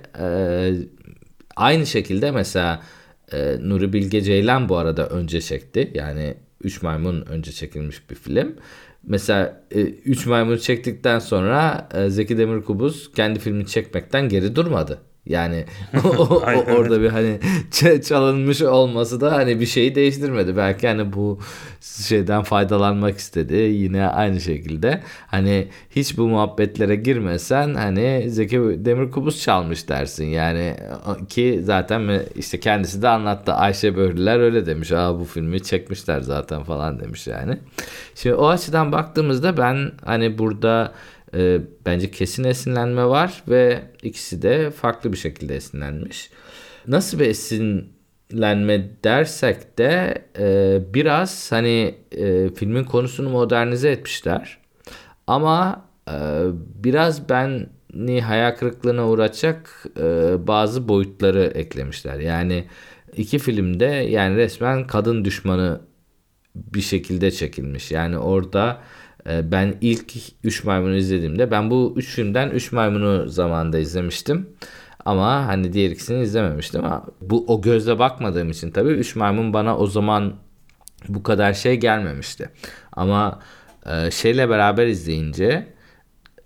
aynı şekilde mesela Nuri Bilge Ceylan bu arada önce çekti. Yani Üç Maymun önce çekilmiş bir film. Mesela Üç Maymun çektikten sonra Zeki Demirkubuz kendi filmini çekmekten geri durmadı. Yani Aynen öyle. orada bir hani çalınmış olması da hani bir şeyi değiştirmedi. Belki hani bu şeyden faydalanmak istedi. Yine aynı şekilde hani hiç bu muhabbetlere girmesen hani Zeki Demirkubuz çalmış dersin. Yani ki zaten işte kendisi de anlattı. Ayşe Böğrüler öyle demiş. Aa bu filmi çekmişler zaten falan demiş yani. Şimdi o açıdan baktığımızda ben hani burada bence kesin esinlenme var ve ikisi de farklı bir şekilde esinlenmiş. Nasıl bir esinlenme dersek de biraz hani filmin konusunu modernize etmişler. Ama biraz beni hayal kırıklığına uğratacak bazı boyutları eklemişler. Yani iki filmde yani resmen kadın düşmanı bir şekilde çekilmiş. Yani orada ben ilk Üç Maymun'u izlediğimde ben bu üç filmden Üç Maymun'u zamanında izlemiştim. Ama hani diğer ikisini izlememiştim ama bu o gözle bakmadığım için tabii Üç Maymun bana o zaman bu kadar şey gelmemişti. Ama şeyle beraber izleyince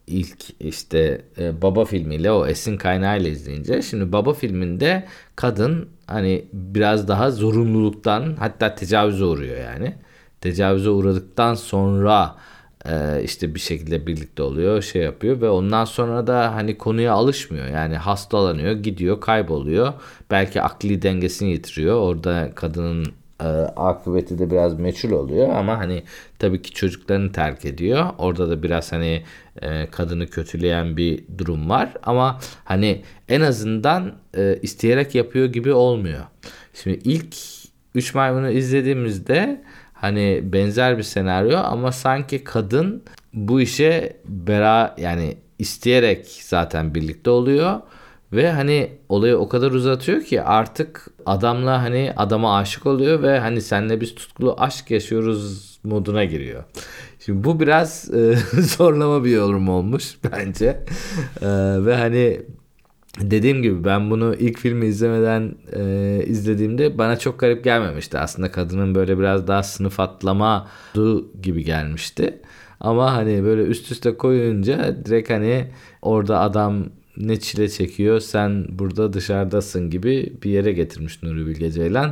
ilk işte Baba filmiyle, o esin kaynağıyla izleyince. Şimdi Baba filminde kadın hani biraz daha zorunluluktan, hatta tecavüze uğruyor yani. Tecavüze uğradıktan sonra işte bir şekilde birlikte oluyor, şey yapıyor ve ondan sonra da hani konuya alışmıyor. Yani hastalanıyor, gidiyor, kayboluyor. Belki akli dengesini yitiriyor. Orada kadının akıbeti de biraz meçhul oluyor ama hani tabii ki çocuklarını terk ediyor. Orada da biraz hani kadını kötüleyen bir durum var ama hani en azından isteyerek yapıyor gibi olmuyor. Şimdi ilk Üç Maymun'u izlediğimizde hani benzer bir senaryo ama sanki kadın bu işe yani isteyerek zaten birlikte oluyor. Ve hani olayı o kadar uzatıyor ki artık adamla hani adama aşık oluyor ve hani seninle biz tutkulu aşk yaşıyoruz moduna giriyor. Şimdi bu biraz zorlama bir yorum olmuş bence. Ve hani dediğim gibi ben bunu ilk filmi izlemeden izlediğimde bana çok garip gelmemişti. Aslında kadının böyle biraz daha sınıf atlama gibi gelmişti. Ama hani böyle üst üste koyunca direkt hani orada adam ne çile çekiyor, sen burada dışarıdasın gibi bir yere getirmiş Nuri Bilge Ceylan.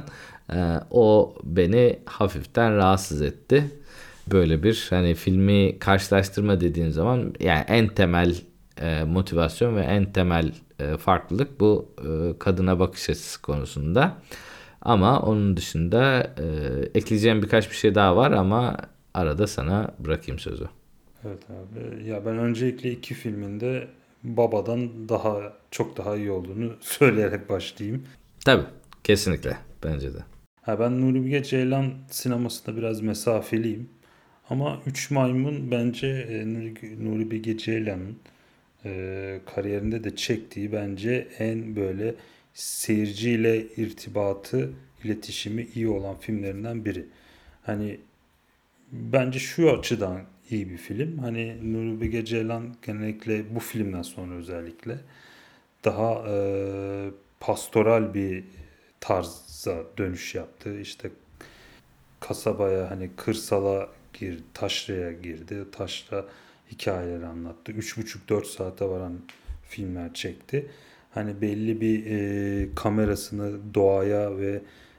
O beni hafiften rahatsız etti. Böyle bir hani filmi karşılaştırma dediğin zaman yani en temel motivasyon ve en temel farklılık bu kadına bakış açısı konusunda. Ama onun dışında ekleyeceğim birkaç bir şey daha var ama arada sana bırakayım sözü. Evet abi. Ya ben öncelikle iki filminde Baba'dan çok daha iyi olduğunu söyleyerek başlayayım. Tabii, kesinlikle bence de. Ben Nuri Bilge Ceylan sinemasında biraz mesafeliyim. Ama Üç Maymun bence Nuri Bilge Ceylan'ın kariyerinde de çektiği bence en böyle seyirciyle iletişimi iyi olan filmlerinden biri. Hani bence şu açıdan iyi bir film. Hani Nuri Bilge Ceylan genellikle bu filmden sonra özellikle daha pastoral bir tarza dönüş yaptı. İşte kasabaya hani kırsala taşraya girdi. Taşra hikayeleri anlattı. 3,5-4 saate varan filmler çekti. Hani belli bir kamerasını doğaya ve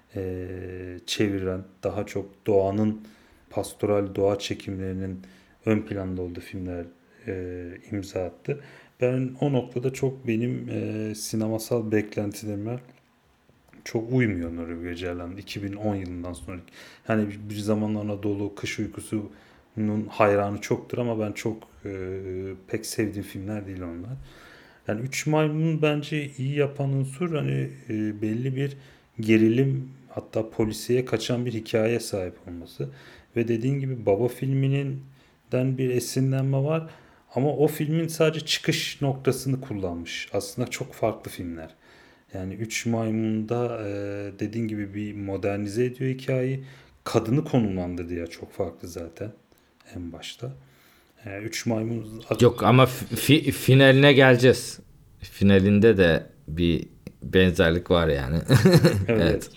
çeviren, daha çok doğanın, pastoral doğa çekimlerinin ön planda olduğu filmler imza attı. Ben o noktada çok benim sinemasal beklentilerime çok uymuyor Nuri Bilge Ceylan 2010 yılından sonra. Hani bir zamanlar Anadolu Kış Uykusu'nun hayranı çoktur ama ben çok pek sevdiğim filmler değil onlar. Yani Üç Maymun bence iyi yapan unsur hani belli bir gerilim, hatta polisiye kaçan bir hikaye sahip olması. Ve dediğin gibi Baba filminden bir esinlenme var. Ama o filmin sadece çıkış noktasını kullanmış. Aslında çok farklı filmler. Yani Üç Maymun'da dediğin gibi bir modernize ediyor hikayeyi. Kadını konumlandırdı ya, çok farklı zaten en başta. Üç Maymun Yok ama finaline geleceğiz. Finalinde de bir benzerlik var yani. evet.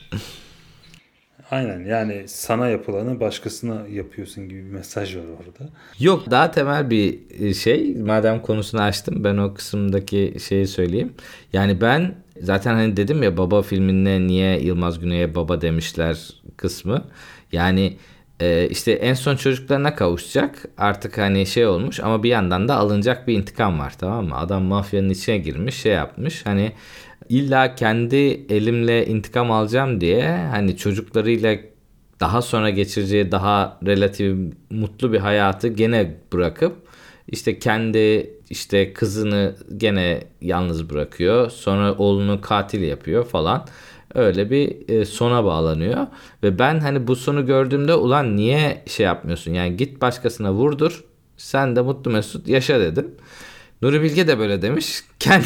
Aynen, yani sana yapılanı başkasına yapıyorsun gibi bir mesaj var orada. Yok, daha temel bir şey. Madem konusunu açtım, ben o kısımdaki şeyi söyleyeyim. Yani ben zaten hani dedim ya, Baba filmine niye Yılmaz Güney'e baba demişler kısmı. Yani işte en son çocuklarına kavuşacak. Artık hani şey olmuş ama bir yandan da alınacak bir intikam var, tamam mı? Adam mafyanın içine girmiş, şey yapmış. Hani illa kendi elimle intikam alacağım diye hani çocuklarıyla daha sonra geçireceği daha relatif mutlu bir hayatı gene bırakıp işte kendi işte kızını gene yalnız bırakıyor. Sonra oğlunu katil yapıyor falan. Öyle bir sona bağlanıyor. Ve ben hani bu sonu gördüğümde ulan niye şey yapmıyorsun? Yani git başkasına vurdur. Sen de mutlu mesut yaşa dedim. Nuri Bilge de böyle demiş. Kendi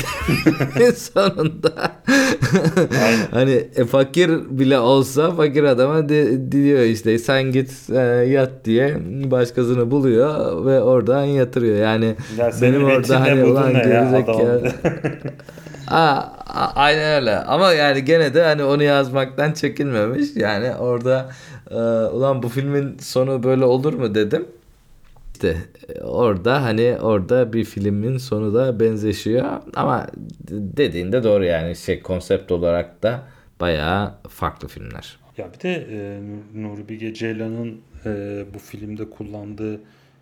sonunda hani fakir bile olsa fakir adama diyor işte sen git yat diye başkasını buluyor ve oradan yatırıyor. Yani ya benim orada hani olan gerizekalı. Aynen öyle. Ama yani gene de hani onu yazmaktan çekinmemiş. Yani orada ulan bu filmin sonu böyle olur mu dedim. işte orada hani orada bir filmin sonu da benzeşiyor ama dediğinde doğru yani konsept olarak da bayağı farklı filmler. Ya bir de Nuri Bilge Ceylan'ın bu filmde kullandığı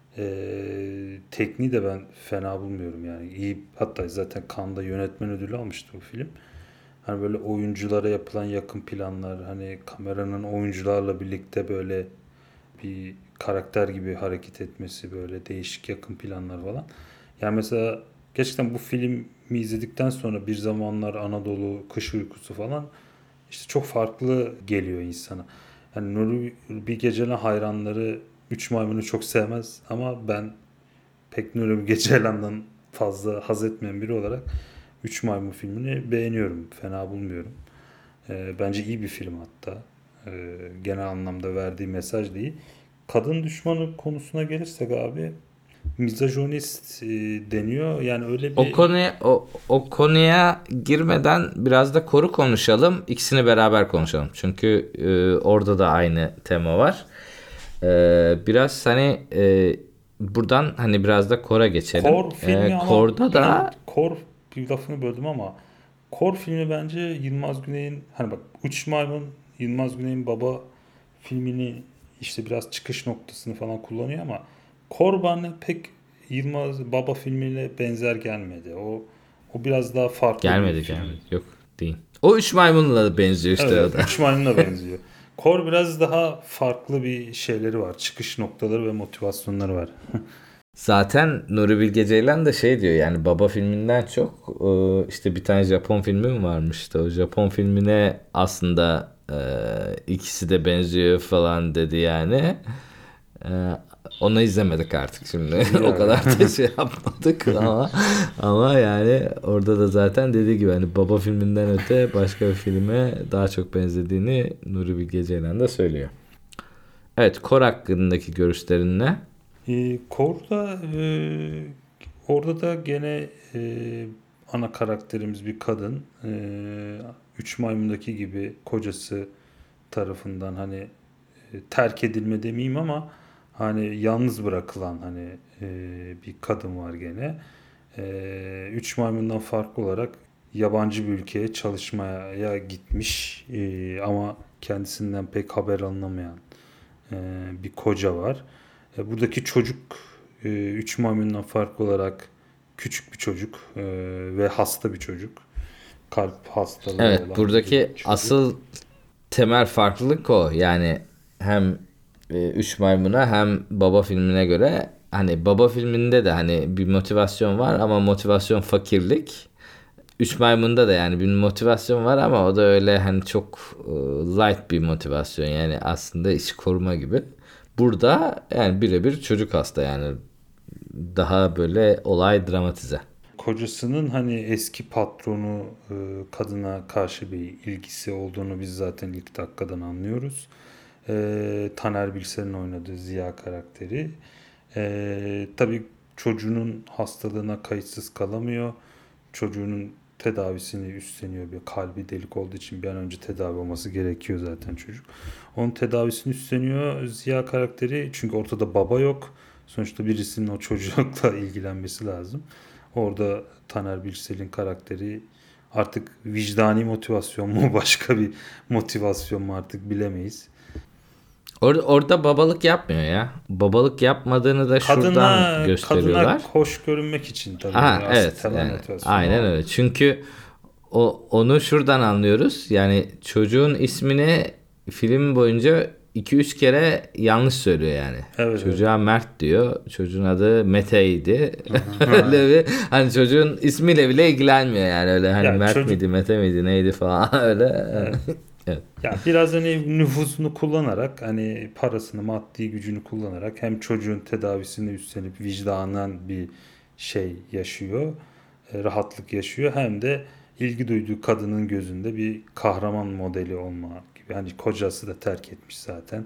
tekniği de ben fena bulmuyorum yani. İyi, hatta zaten Cannes'da yönetmen ödülü almıştı bu film. Hani böyle oyunculara yapılan yakın planlar, hani kameranın oyuncularla birlikte böyle bir karakter gibi hareket etmesi, böyle değişik yakın planlar falan. Yani mesela gerçekten bu filmi izledikten sonra Bir Zamanlar Anadolu, Kış Uykusu falan işte çok farklı geliyor insana. Yani Nuri Bilge Ceylan hayranları Üç Maymun'u çok sevmez ama ben pek Nuri Bilge Ceylan'dan fazla haz etmeyen biri olarak Üç Maymun filmini beğeniyorum. Fena bulmuyorum. Bence iyi bir film hatta. Genel anlamda verdiği mesaj da iyi. Kadın düşmanı konusuna gelirsek abi, mizojinist deniyor. Yani öyle O bir konuya o konuya girmeden biraz da koru konuşalım. İkisini beraber konuşalım. Çünkü orada da aynı tema var. Biraz hani buradan hani biraz da Kor'a geçelim. Kor filmi ama Kor'da yani da Kor, bir lafını böldüm ama Kor filmi bence Yılmaz Güney'in, hani bak, Üç Maymun Yılmaz Güney'in baba filmini işte biraz çıkış noktasını falan kullanıyor ama Kor bana pek Yılmaz baba filmiyle benzer gelmedi. O biraz daha farklı bir film. gelmedi. Yok değil. O üç maymunla da benziyor Evet, işte o evet, da. Üç Maymun'a benziyor. Kor biraz daha farklı bir şeyleri var. Çıkış noktaları ve motivasyonları var. Zaten Nuri Bilge Ceylan da şey diyor yani baba filminden çok işte bir tane Japon filmi mi varmış işte o Japon filmine aslında ikisi de benziyor falan dedi yani. E, Onu izlemedik artık şimdi. İyi O abi. kadar da şey yapmadık ama yani orada da zaten dediği gibi hani baba filminden öte başka bir filme daha çok benzediğini Nuri Bilge Ceylan da söylüyor. Evet, Kor hakkındaki görüşlerin ne? Kor'da orada da gene ana karakterimiz bir kadın. Üç Maymun'daki gibi kocası tarafından hani terk edilme demeyeyim ama hani yalnız bırakılan hani bir kadın var gene. Üç Maymun'dan farklı olarak yabancı bir ülkeye çalışmaya gitmiş ama kendisinden pek haber alınamayan e, bir koca var. Buradaki çocuk Üç Maymun'dan farklı olarak küçük bir çocuk ve hasta bir çocuk. Kalp hastalığı Evet, olan bir buradaki çocuk. asıl temel farklılık o. Yani hem Üç Maymun'a hem Baba filmine göre hani Baba filminde de hani bir motivasyon var ama motivasyon fakirlik. Üç Maymun'da da yani bir motivasyon var ama o da öyle hani çok light bir motivasyon yani aslında işi koruma gibi. Burada yani birebir çocuk hasta yani daha böyle olay dramatize. Kocasının hani eski patronu kadına karşı bir ilgisi olduğunu biz zaten ilk dakikadan anlıyoruz. Taner Bilser'in oynadığı Ziya karakteri. Tabii çocuğunun hastalığına kayıtsız kalamıyor. Çocuğunun tedavisini üstleniyor. Bir kalbi delik olduğu için bir an önce tedavi olması gerekiyor zaten çocuk. Onun tedavisini üstleniyor Ziya karakteri. Çünkü ortada baba yok. Sonuçta birisinin o çocukla ilgilenmesi lazım. Orada Taner Birsel'in karakteri artık vicdani motivasyon mu başka bir motivasyon mu artık bilemeyiz. Orada babalık yapmıyor ya. Babalık yapmadığını da şuradan Kadına gösteriyorlar. hoş görünmek için tabii Ha aslında evet temel yani motivasyonu aynen o. öyle. Çünkü onu şuradan anlıyoruz. Yani çocuğun ismini film boyunca iki üç kere yanlış söylüyor yani. Evet, evet. Çocuğa Mert diyor. Çocuğun adı Mete'ydi. Aha. Öyle bir hani çocuğun ismiyle bile ilgilenmiyor yani öyle hani Ya Mert çocuk, miydi Mete miydi neydi falan öyle. evet. Evet. Ya biraz hani nüfusunu kullanarak, hani parasını, maddi gücünü kullanarak hem çocuğun tedavisini üstlenip vicdanen bir şey yaşıyor, rahatlık yaşıyor, hem de ilgi duyduğu kadının gözünde bir kahraman modeli olma gibi. Hani kocası da terk etmiş zaten.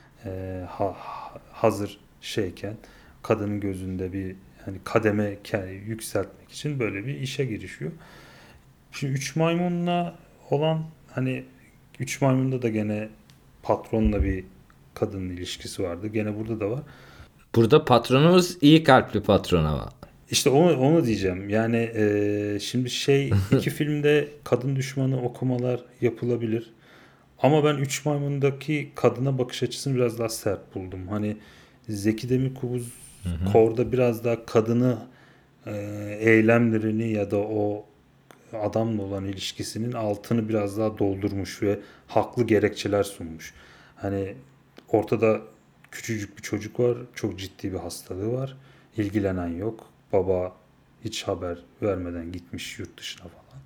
Hazır şeyken kadının gözünde bir hani kademe yükseltmek için böyle bir işe girişiyor. Şimdi Üç Maymun'la olan hani Üç Maymun'da da gene patronla bir kadının ilişkisi vardı. Gene burada da var. Burada patronumuz iyi kalpli patron ama. İşte onu diyeceğim. Yani şimdi iki filmde kadın düşmanı okumalar yapılabilir. Ama ben Üç Maymun'daki kadına bakış açısını biraz daha sert buldum. Hani Zeki Demirkubuz Kor'da biraz daha kadını e, eylemlerini ya da o adamla olan ilişkisinin altını biraz daha doldurmuş ve haklı gerekçeler sunmuş. Hani ortada küçücük bir çocuk var, çok ciddi bir hastalığı var, ilgilenen yok. Baba hiç haber vermeden gitmiş yurt dışına falan.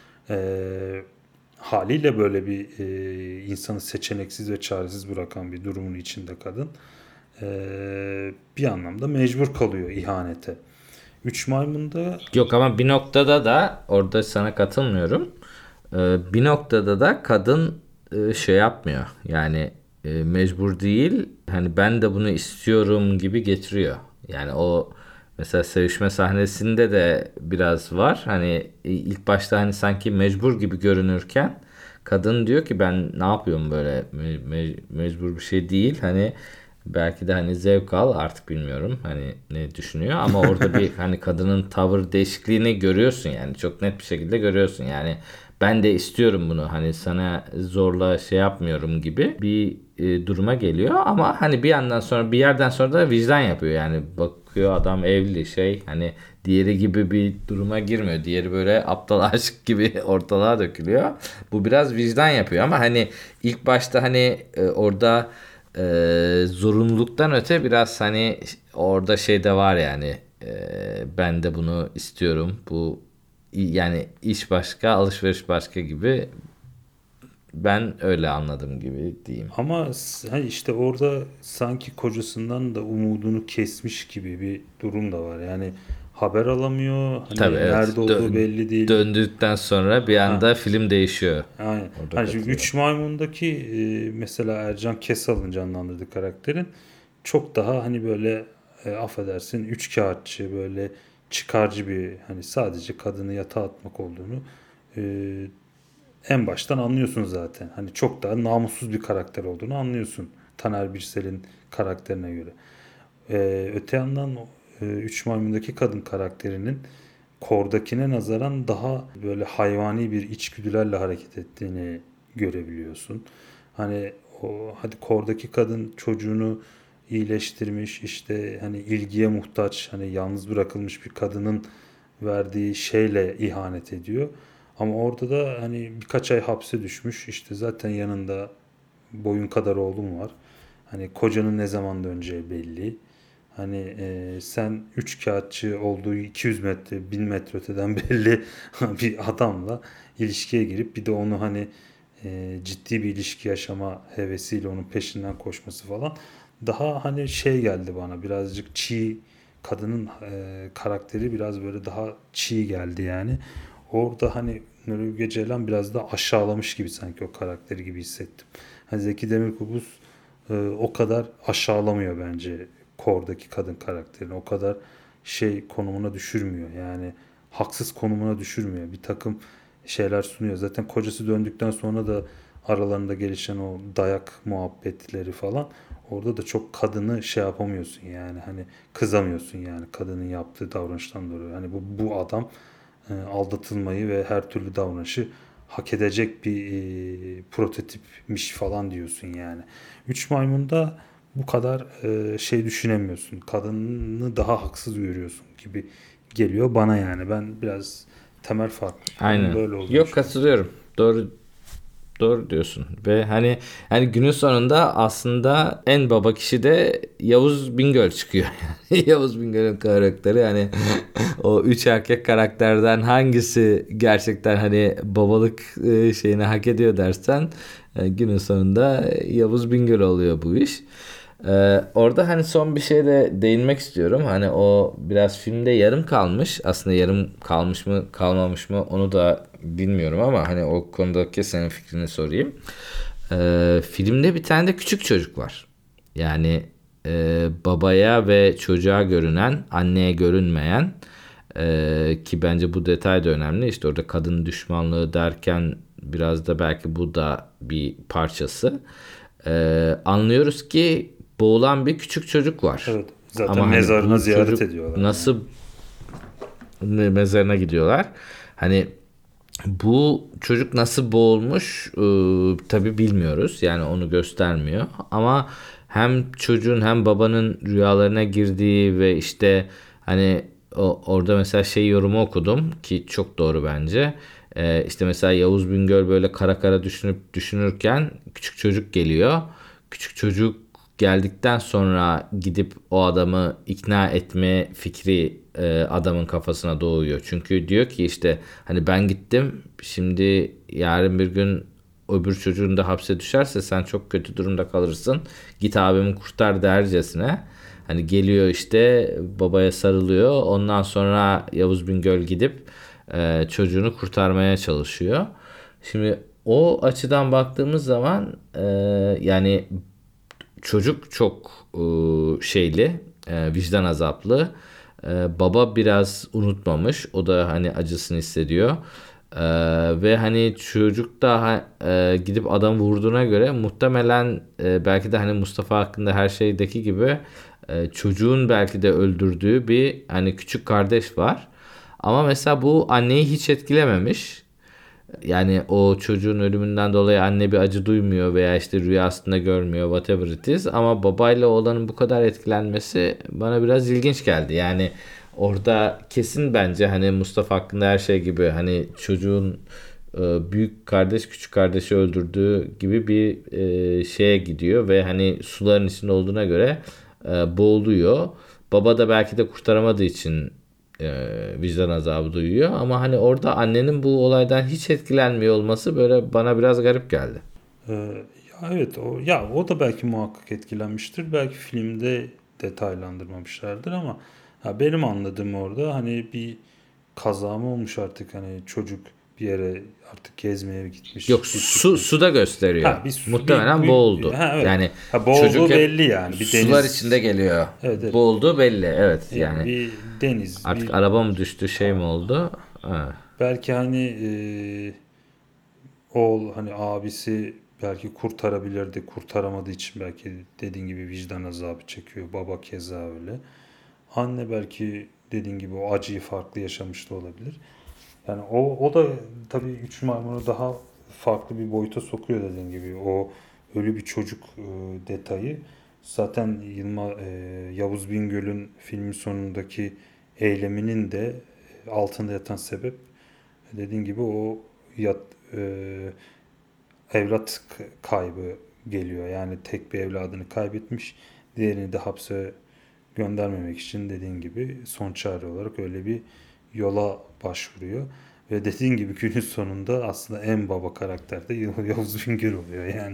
Haliyle böyle bir insanı seçeneksiz ve çaresiz bırakan bir durumun içinde kadın bir anlamda mecbur kalıyor ihanete. Üç Maymun'da Yok ama bir noktada da orada sana katılmıyorum. Bir noktada da kadın şey yapmıyor. Yani mecbur değil. Hani ben de bunu istiyorum gibi getiriyor. Yani o mesela sevişme sahnesinde de biraz var. Hani ilk başta hani sanki mecbur gibi görünürken kadın diyor ki ben ne yapıyorum böyle mecbur bir şey değil. Hani belki de hani zevk al artık bilmiyorum hani ne düşünüyor ama orada bir hani kadının tavır değişikliğini görüyorsun yani çok net bir şekilde görüyorsun yani ben de istiyorum bunu hani sana zorla şey yapmıyorum gibi bir duruma geliyor ama hani bir yandan sonra bir yerden sonra da vicdan yapıyor yani bakıyor adam evli şey hani diğeri gibi bir duruma girmiyor diğeri böyle aptal aşık gibi ortalığa dökülüyor bu biraz vicdan yapıyor ama hani ilk başta hani orada zorunluluktan öte biraz hani orada şey de var yani ben de bunu istiyorum bu yani iş başka alışveriş başka gibi ben öyle anladım gibi diyeyim. ama hani işte orada sanki kocasından da umudunu kesmiş gibi bir durum da var. Yani haber alamıyor. Tabii Hani evet. nerede olduğu belli değil. Döndükten sonra bir Ha, anda film değişiyor. aynen. Orada Hani şimdi katılıyorum. Üç Maymun'daki mesela Ercan Kesal'ın canlandırdığı karakterin çok daha hani böyle affedersin üçkağıtçı böyle çıkarcı bir hani sadece kadını yatağa atmak olduğunu e, en baştan anlıyorsun zaten. Hani çok daha namussuz bir karakter olduğunu anlıyorsun. Taner Birsel'in karakterine göre. Öte yandan Üç Maymun'daki kadın karakterinin Kor'dakine nazaran daha böyle hayvani bir içgüdülerle hareket ettiğini görebiliyorsun. Hani hadi Kor'daki kadın çocuğunu iyileştirmiş işte hani ilgiye muhtaç hani yalnız bırakılmış bir kadının verdiği şeyle ihanet ediyor. Ama orada da hani birkaç ay hapse düşmüş işte zaten yanında boyun kadar oğlum var. Hani kocanın ne zaman döneceği belli. Hani sen üç kağıtçı olduğu 200 metre 1000 metre öteden belli bir adamla ilişkiye girip bir de onu hani ciddi bir ilişki yaşama hevesiyle onun peşinden koşması falan daha hani şey geldi bana birazcık çiğ kadının karakteri biraz böyle daha çiğ geldi yani. Orada hani Nuri Bilge Ceylan biraz da aşağılamış gibi sanki o karakteri gibi hissettim. Hani Zeki Demirkubuz o kadar aşağılamıyor bence Kor'daki kadın karakterini. O kadar şey konumuna düşürmüyor. Yani haksız konumuna düşürmüyor. Bir takım şeyler sunuyor. Zaten kocası döndükten sonra da aralarında gelişen o dayak muhabbetleri falan orada da çok kadını şey yapamıyorsun yani hani kızamıyorsun yani kadının yaptığı davranıştan dolayı. Hani bu adam aldatılmayı ve her türlü davranışı hak edecek bir prototipmiş falan diyorsun yani. Üç Maymun'da bu kadar şey düşünemiyorsun. Kadını daha haksız görüyorsun gibi geliyor bana yani. Ben biraz temel farklılıkların Aynen. böyle olduğunu Yok düşünüyorum. katılıyorum. Doğru diyorsun. Ve hani günün sonunda aslında en baba kişi de Yavuz Bingöl çıkıyor. Yani Yavuz Bingöl'ün karakteri yani o üç erkek karakterden hangisi gerçekten hani babalık şeyini hak ediyor dersen günün sonunda Yavuz Bingöl oluyor bu iş. Orada hani son bir şeye de değinmek istiyorum. Hani o biraz filmde yarım kalmış. Aslında yarım kalmış mı kalmamış mı onu da bilmiyorum ama hani o konudaki senin fikrini sorayım. Filmde bir tane de küçük çocuk var. Yani babaya ve çocuğa görünen, anneye görünmeyen ki bence bu detay da önemli. İşte orada kadın düşmanlığı derken biraz da belki bu da bir parçası. Anlıyoruz ki boğulan bir küçük çocuk var. Evet. Zaten Ama hani mezarına bu ziyaret çocuk ediyorlar. nasıl mezarına gidiyorlar. Hani bu çocuk nasıl boğulmuş tabii bilmiyoruz. Yani onu göstermiyor. Ama hem çocuğun hem babanın rüyalarına girdiği ve işte hani orada mesela şey yorumu okudum ki çok doğru bence. İşte mesela Yavuz Bingöl böyle kara kara düşünürken küçük çocuk geliyor. Küçük çocuk geldikten sonra gidip o adamı ikna etme fikri adamın kafasına doğuyor. Çünkü diyor ki işte hani ben gittim, şimdi yarın bir gün öbür çocuğun da hapse düşerse sen çok kötü durumda kalırsın. Git abimi kurtar dercesine. Hani geliyor işte babaya sarılıyor. Ondan sonra Yavuz Bingöl gidip çocuğunu kurtarmaya çalışıyor. Şimdi o açıdan baktığımız zaman yani çocuk çok şeyli, vicdan azaplı. Baba biraz unutmamış. O da hani acısını hissediyor. E, Ve hani çocuk da gidip adam vurduğuna göre muhtemelen belki de hani Mustafa hakkında her şeydeki gibi çocuğun belki de öldürdüğü bir hani küçük kardeş var. Ama mesela bu anneyi hiç etkilememiş. Yani o çocuğun ölümünden dolayı anne bir acı duymuyor veya işte rüyasında görmüyor, whatever it is. Ama babayla oğlanın bu kadar etkilenmesi bana biraz ilginç geldi. Yani orada kesin bence hani Mustafa hakkında her şey gibi hani çocuğun büyük kardeş küçük kardeşi öldürdüğü gibi bir şeye gidiyor ve hani suların içinde olduğuna göre boğuluyor. Baba da belki de kurtaramadığı için vicdan azabı duyuyor. Ama hani orada annenin bu olaydan hiç etkilenmiyor olması böyle bana biraz garip geldi. Ee, Ya evet, o da belki muhakkak etkilenmiştir. Belki filmde detaylandırmamışlardır ama ha, benim anladığım orada hani bir kaza mı olmuş artık, hani çocuk bir yere artık gezmeye Yok, gitmiş gittikten sonra. suda gösteriyor. Ha Muhtemelen boğuldu. ha evet. Yani Ha, çocuk boğulduğu hep belli yani, bir sular deniz. içinde geliyor. Evet, evet. Boğuldu belli. Evet Yani yani bir deniz, artık bir araba mı düştü şey mi oldu? Ha. belki hani oğul, hani abisi belki kurtarabilirdi. Kurtaramadığı için belki dediğin gibi vicdan azabı çekiyor. Baba keza öyle. Anne belki dediğin gibi o acıyı farklı yaşamış da olabilir. Yani o da tabii Üç Maymun'u daha farklı bir boyuta sokuyor dediğin gibi. O ölü bir çocuk detayı. Zaten Yavuz Bingöl'ün filmin sonundaki eyleminin de altında yatan sebep, dediğin gibi o yat, e, evlat kaybı geliyor. Yani tek bir evladını kaybetmiş. Diğerini de hapse göndermemek için dediğin gibi son çare olarak öyle bir yola başvuruyor. Ve dediğin gibi günün sonunda aslında en baba karakter de Yavuz Bingöl oluyor yani.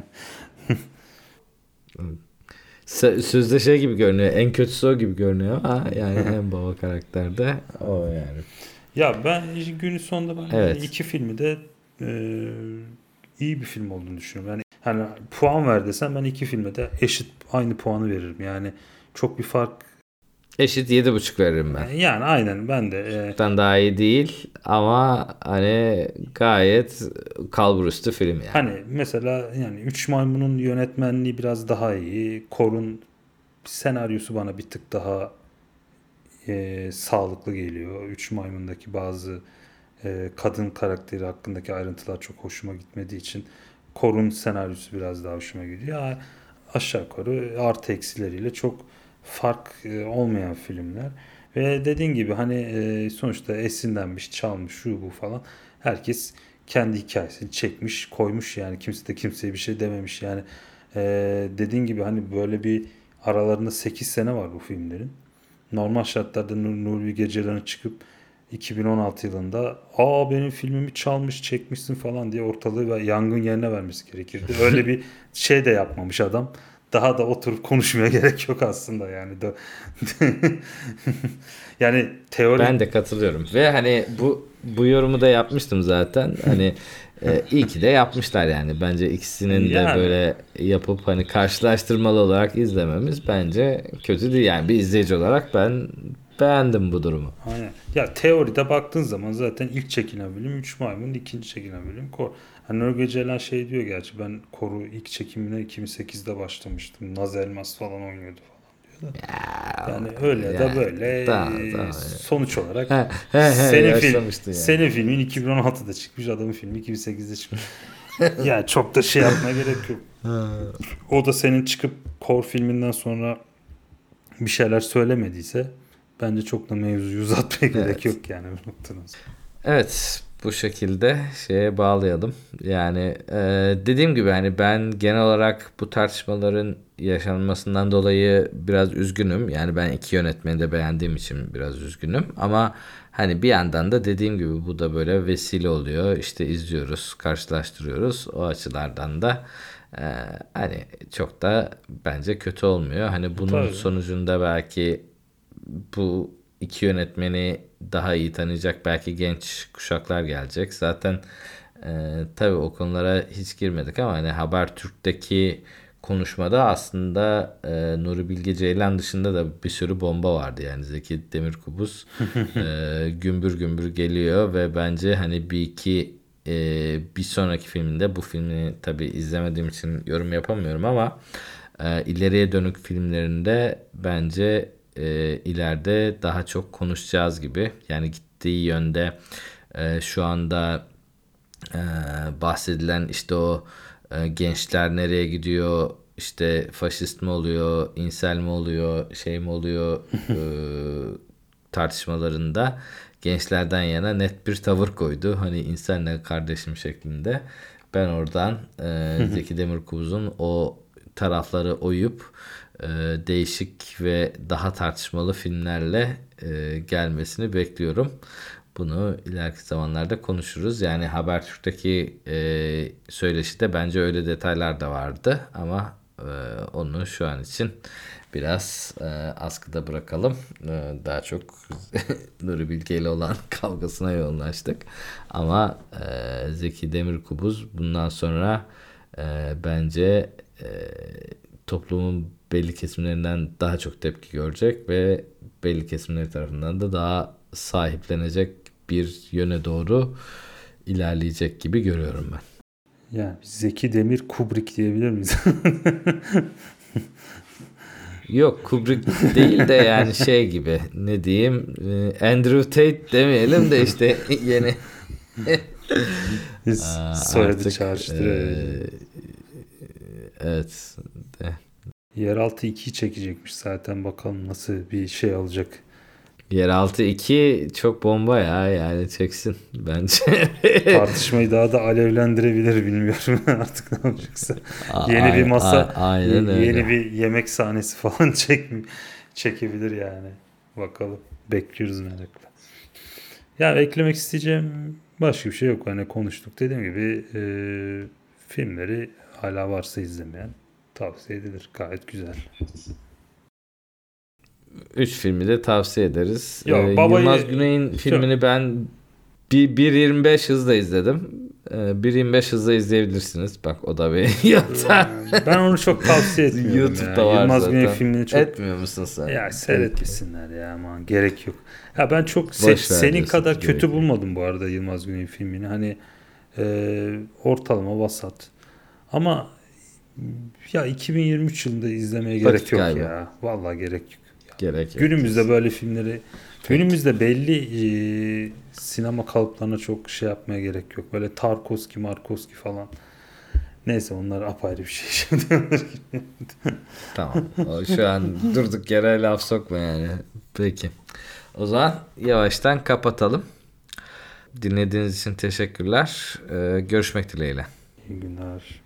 Sözde şey gibi görünüyor. En kötüsü o gibi görünüyor ama yani en baba karakter de o yani. Ya ben günün sonunda ben yani Evet. iki filmi de e, iyi bir film olduğunu düşünüyorum. Yani hani puan ver desem ben iki filme de eşit aynı puanı veririm. Yani çok bir fark, Eşit 7,5 veririm ben. yani aynen ben de Tan daha iyi değil ama hani gayet kalburüstü film yani. hani mesela yani Üç Maymun'un yönetmenliği biraz daha iyi. Kor'un senaryosu bana bir tık daha sağlıklı geliyor. Üç Maymun'daki bazı kadın karakteri hakkındaki ayrıntılar çok hoşuma gitmediği için Kor'un senaryosu biraz daha hoşuma gidiyor. Aşağı yukarı artı eksileriyle çok fark olmayan filmler. Ve dediğin gibi hani sonuçta esinlenmiş, çalmış, şu bu falan. Herkes kendi hikayesini çekmiş, koymuş yani. Kimse de kimseye bir şey dememiş. Yani dediğin gibi hani böyle bir aralarında 8 sene var bu filmlerin. Normal şartlarda Nuri Geceli'nin çıkıp 2016 yılında benim filmimi çalmış çekmişsin falan diye ortalığı ve yangın yerine vermesi gerekirdi. Öyle bir şey de yapmamış adam. Daha da oturup konuşmaya gerek yok aslında yani. Yani teori, Ben de katılıyorum ve hani bu yorumu da yapmıştım zaten. Hani iyi ki de yapmışlar yani. Bence ikisinin de yani böyle yapıp hani karşılaştırmalı olarak izlememiz bence kötü değil. Yani bir izleyici olarak ben beğendim bu durumu. aynen. Ya teoride baktığın zaman zaten ilk çekilen bölüm Üç Maymun, ikinci çekilen bölüm Kor. Hani Nurgül Ceylan şey diyor, gerçi ben Kor'u ilk çekimine 2008'de başlamıştım. Naz Elmas falan oynuyordu falan. Yani öyle ya da böyle tamam. sonuç olarak Yaşlamıştı yani. senin filmin 2016'da çıkmış, adamın filmi 2008'de çıkmış. Yani çok da şey yapmaya gerek yok. O da senin çıkıp Kor filminden sonra bir şeyler söylemediyse bence çok da mevzuyu uzatmaya gerek yok yani. Evet, bu şekilde şeye bağlayalım. Yani dediğim gibi hani ben genel olarak bu tartışmaların yaşanmasından dolayı biraz üzgünüm. Yani ben iki yönetmeni de beğendiğim için biraz üzgünüm. Ama hani bir yandan da dediğim gibi bu da böyle vesile oluyor. İşte izliyoruz, karşılaştırıyoruz. O açılardan da hani çok da bence kötü olmuyor. Hani bunun Tabii. sonucunda belki bu iki yönetmeni daha iyi tanıyacak belki genç kuşaklar gelecek. Zaten tabii o konulara hiç girmedik ama hani Habertürk'teki konuşmada aslında Nuri Bilge Ceylan dışında da bir sürü bomba vardı. Yani Zeki Demirkubuz gümbür gümbür geliyor ve bence hani bir sonraki filminde, bu filmi tabii izlemediğim için yorum yapamıyorum ama ileriye dönük filmlerinde bence ileride daha çok konuşacağız gibi. Yani gittiği yönde şu anda e, bahsedilen işte o gençler nereye gidiyor, işte faşist mi oluyor, insel mi oluyor, şey mi oluyor tartışmalarında gençlerden yana net bir tavır koydu. Hani insanla kardeşim şeklinde. Ben oradan Zeki Demirkubuz'un o tarafları oyup değişik ve daha tartışmalı filmlerle gelmesini bekliyorum. Bunu ileriki zamanlarda konuşuruz. Yani Habertürk'teki söyleşide bence öyle detaylar da vardı ama onu şu an için biraz askıda bırakalım. Daha çok Nuri Bilge ile olan kavgasına yoğunlaştık. Ama Zeki Demirkubuz bundan sonra bence toplumun belli kesimlerinden daha çok tepki görecek ve belli kesimleri tarafından da daha sahiplenecek bir yöne doğru ilerleyecek gibi görüyorum ben. Yani Zeki Demir Kubrick diyebilir miyiz? Yok, Kubrick değil de yani şey gibi, ne diyeyim, Andrew Tate demeyelim de işte yeni Soyadı artık çağrıştırıyor. evet. Yeraltı 2'yi çekecekmiş zaten, bakalım nasıl bir şey alacak. Yeraltı 2 çok bomba ya, yani çeksin bence. Tartışmayı daha da alevlendirebilir, bilmiyorum artık ne olacaksa. Yeni bir masa, aynen öyle. yeni bir yemek sahnesi falan çekebilir yani. Bakalım, bekliyoruz merakla. Ya eklemek isteyeceğim başka bir şey yok. Hani konuştuk, dediğim gibi filmleri hala varsa izlemeyen tavsiye edilir. Gayet güzel. 3 filmi de tavsiye ederiz. Yok, Yılmaz Güney'in filmini ben 1.25 hızla izledim. 1.25 hızla izleyebilirsiniz. Bak, o da bir yöntem. Ben onu çok tavsiye etmiyorum. YouTube'da ya. var Yılmaz zaten. Güney filmini çok... Etmiyor musun sen? Ya seyretmesinler ya, aman gerek yok. Ya ben çok Boş ver senin diyorsun, kadar gerek kötü yok. bulmadım bu arada Yılmaz Güney filmini. Hani ortalama, vasat. Ama ya 2023 yılında izlemeye Vakit gerek yok kaybı. ya. Vallahi gerek yok. Gerek yok. Günümüzde böyle filmleri, günümüzde belli sinema kalıplarına çok şey yapmaya gerek yok. Böyle Markovski falan. Neyse, onlar apayrı bir şey şimdi. Tamam. O şu an durduk yere laf sokma yani. Peki. O zaman yavaştan kapatalım. Dinlediğiniz için teşekkürler. Görüşmek dileğiyle. İyi günler.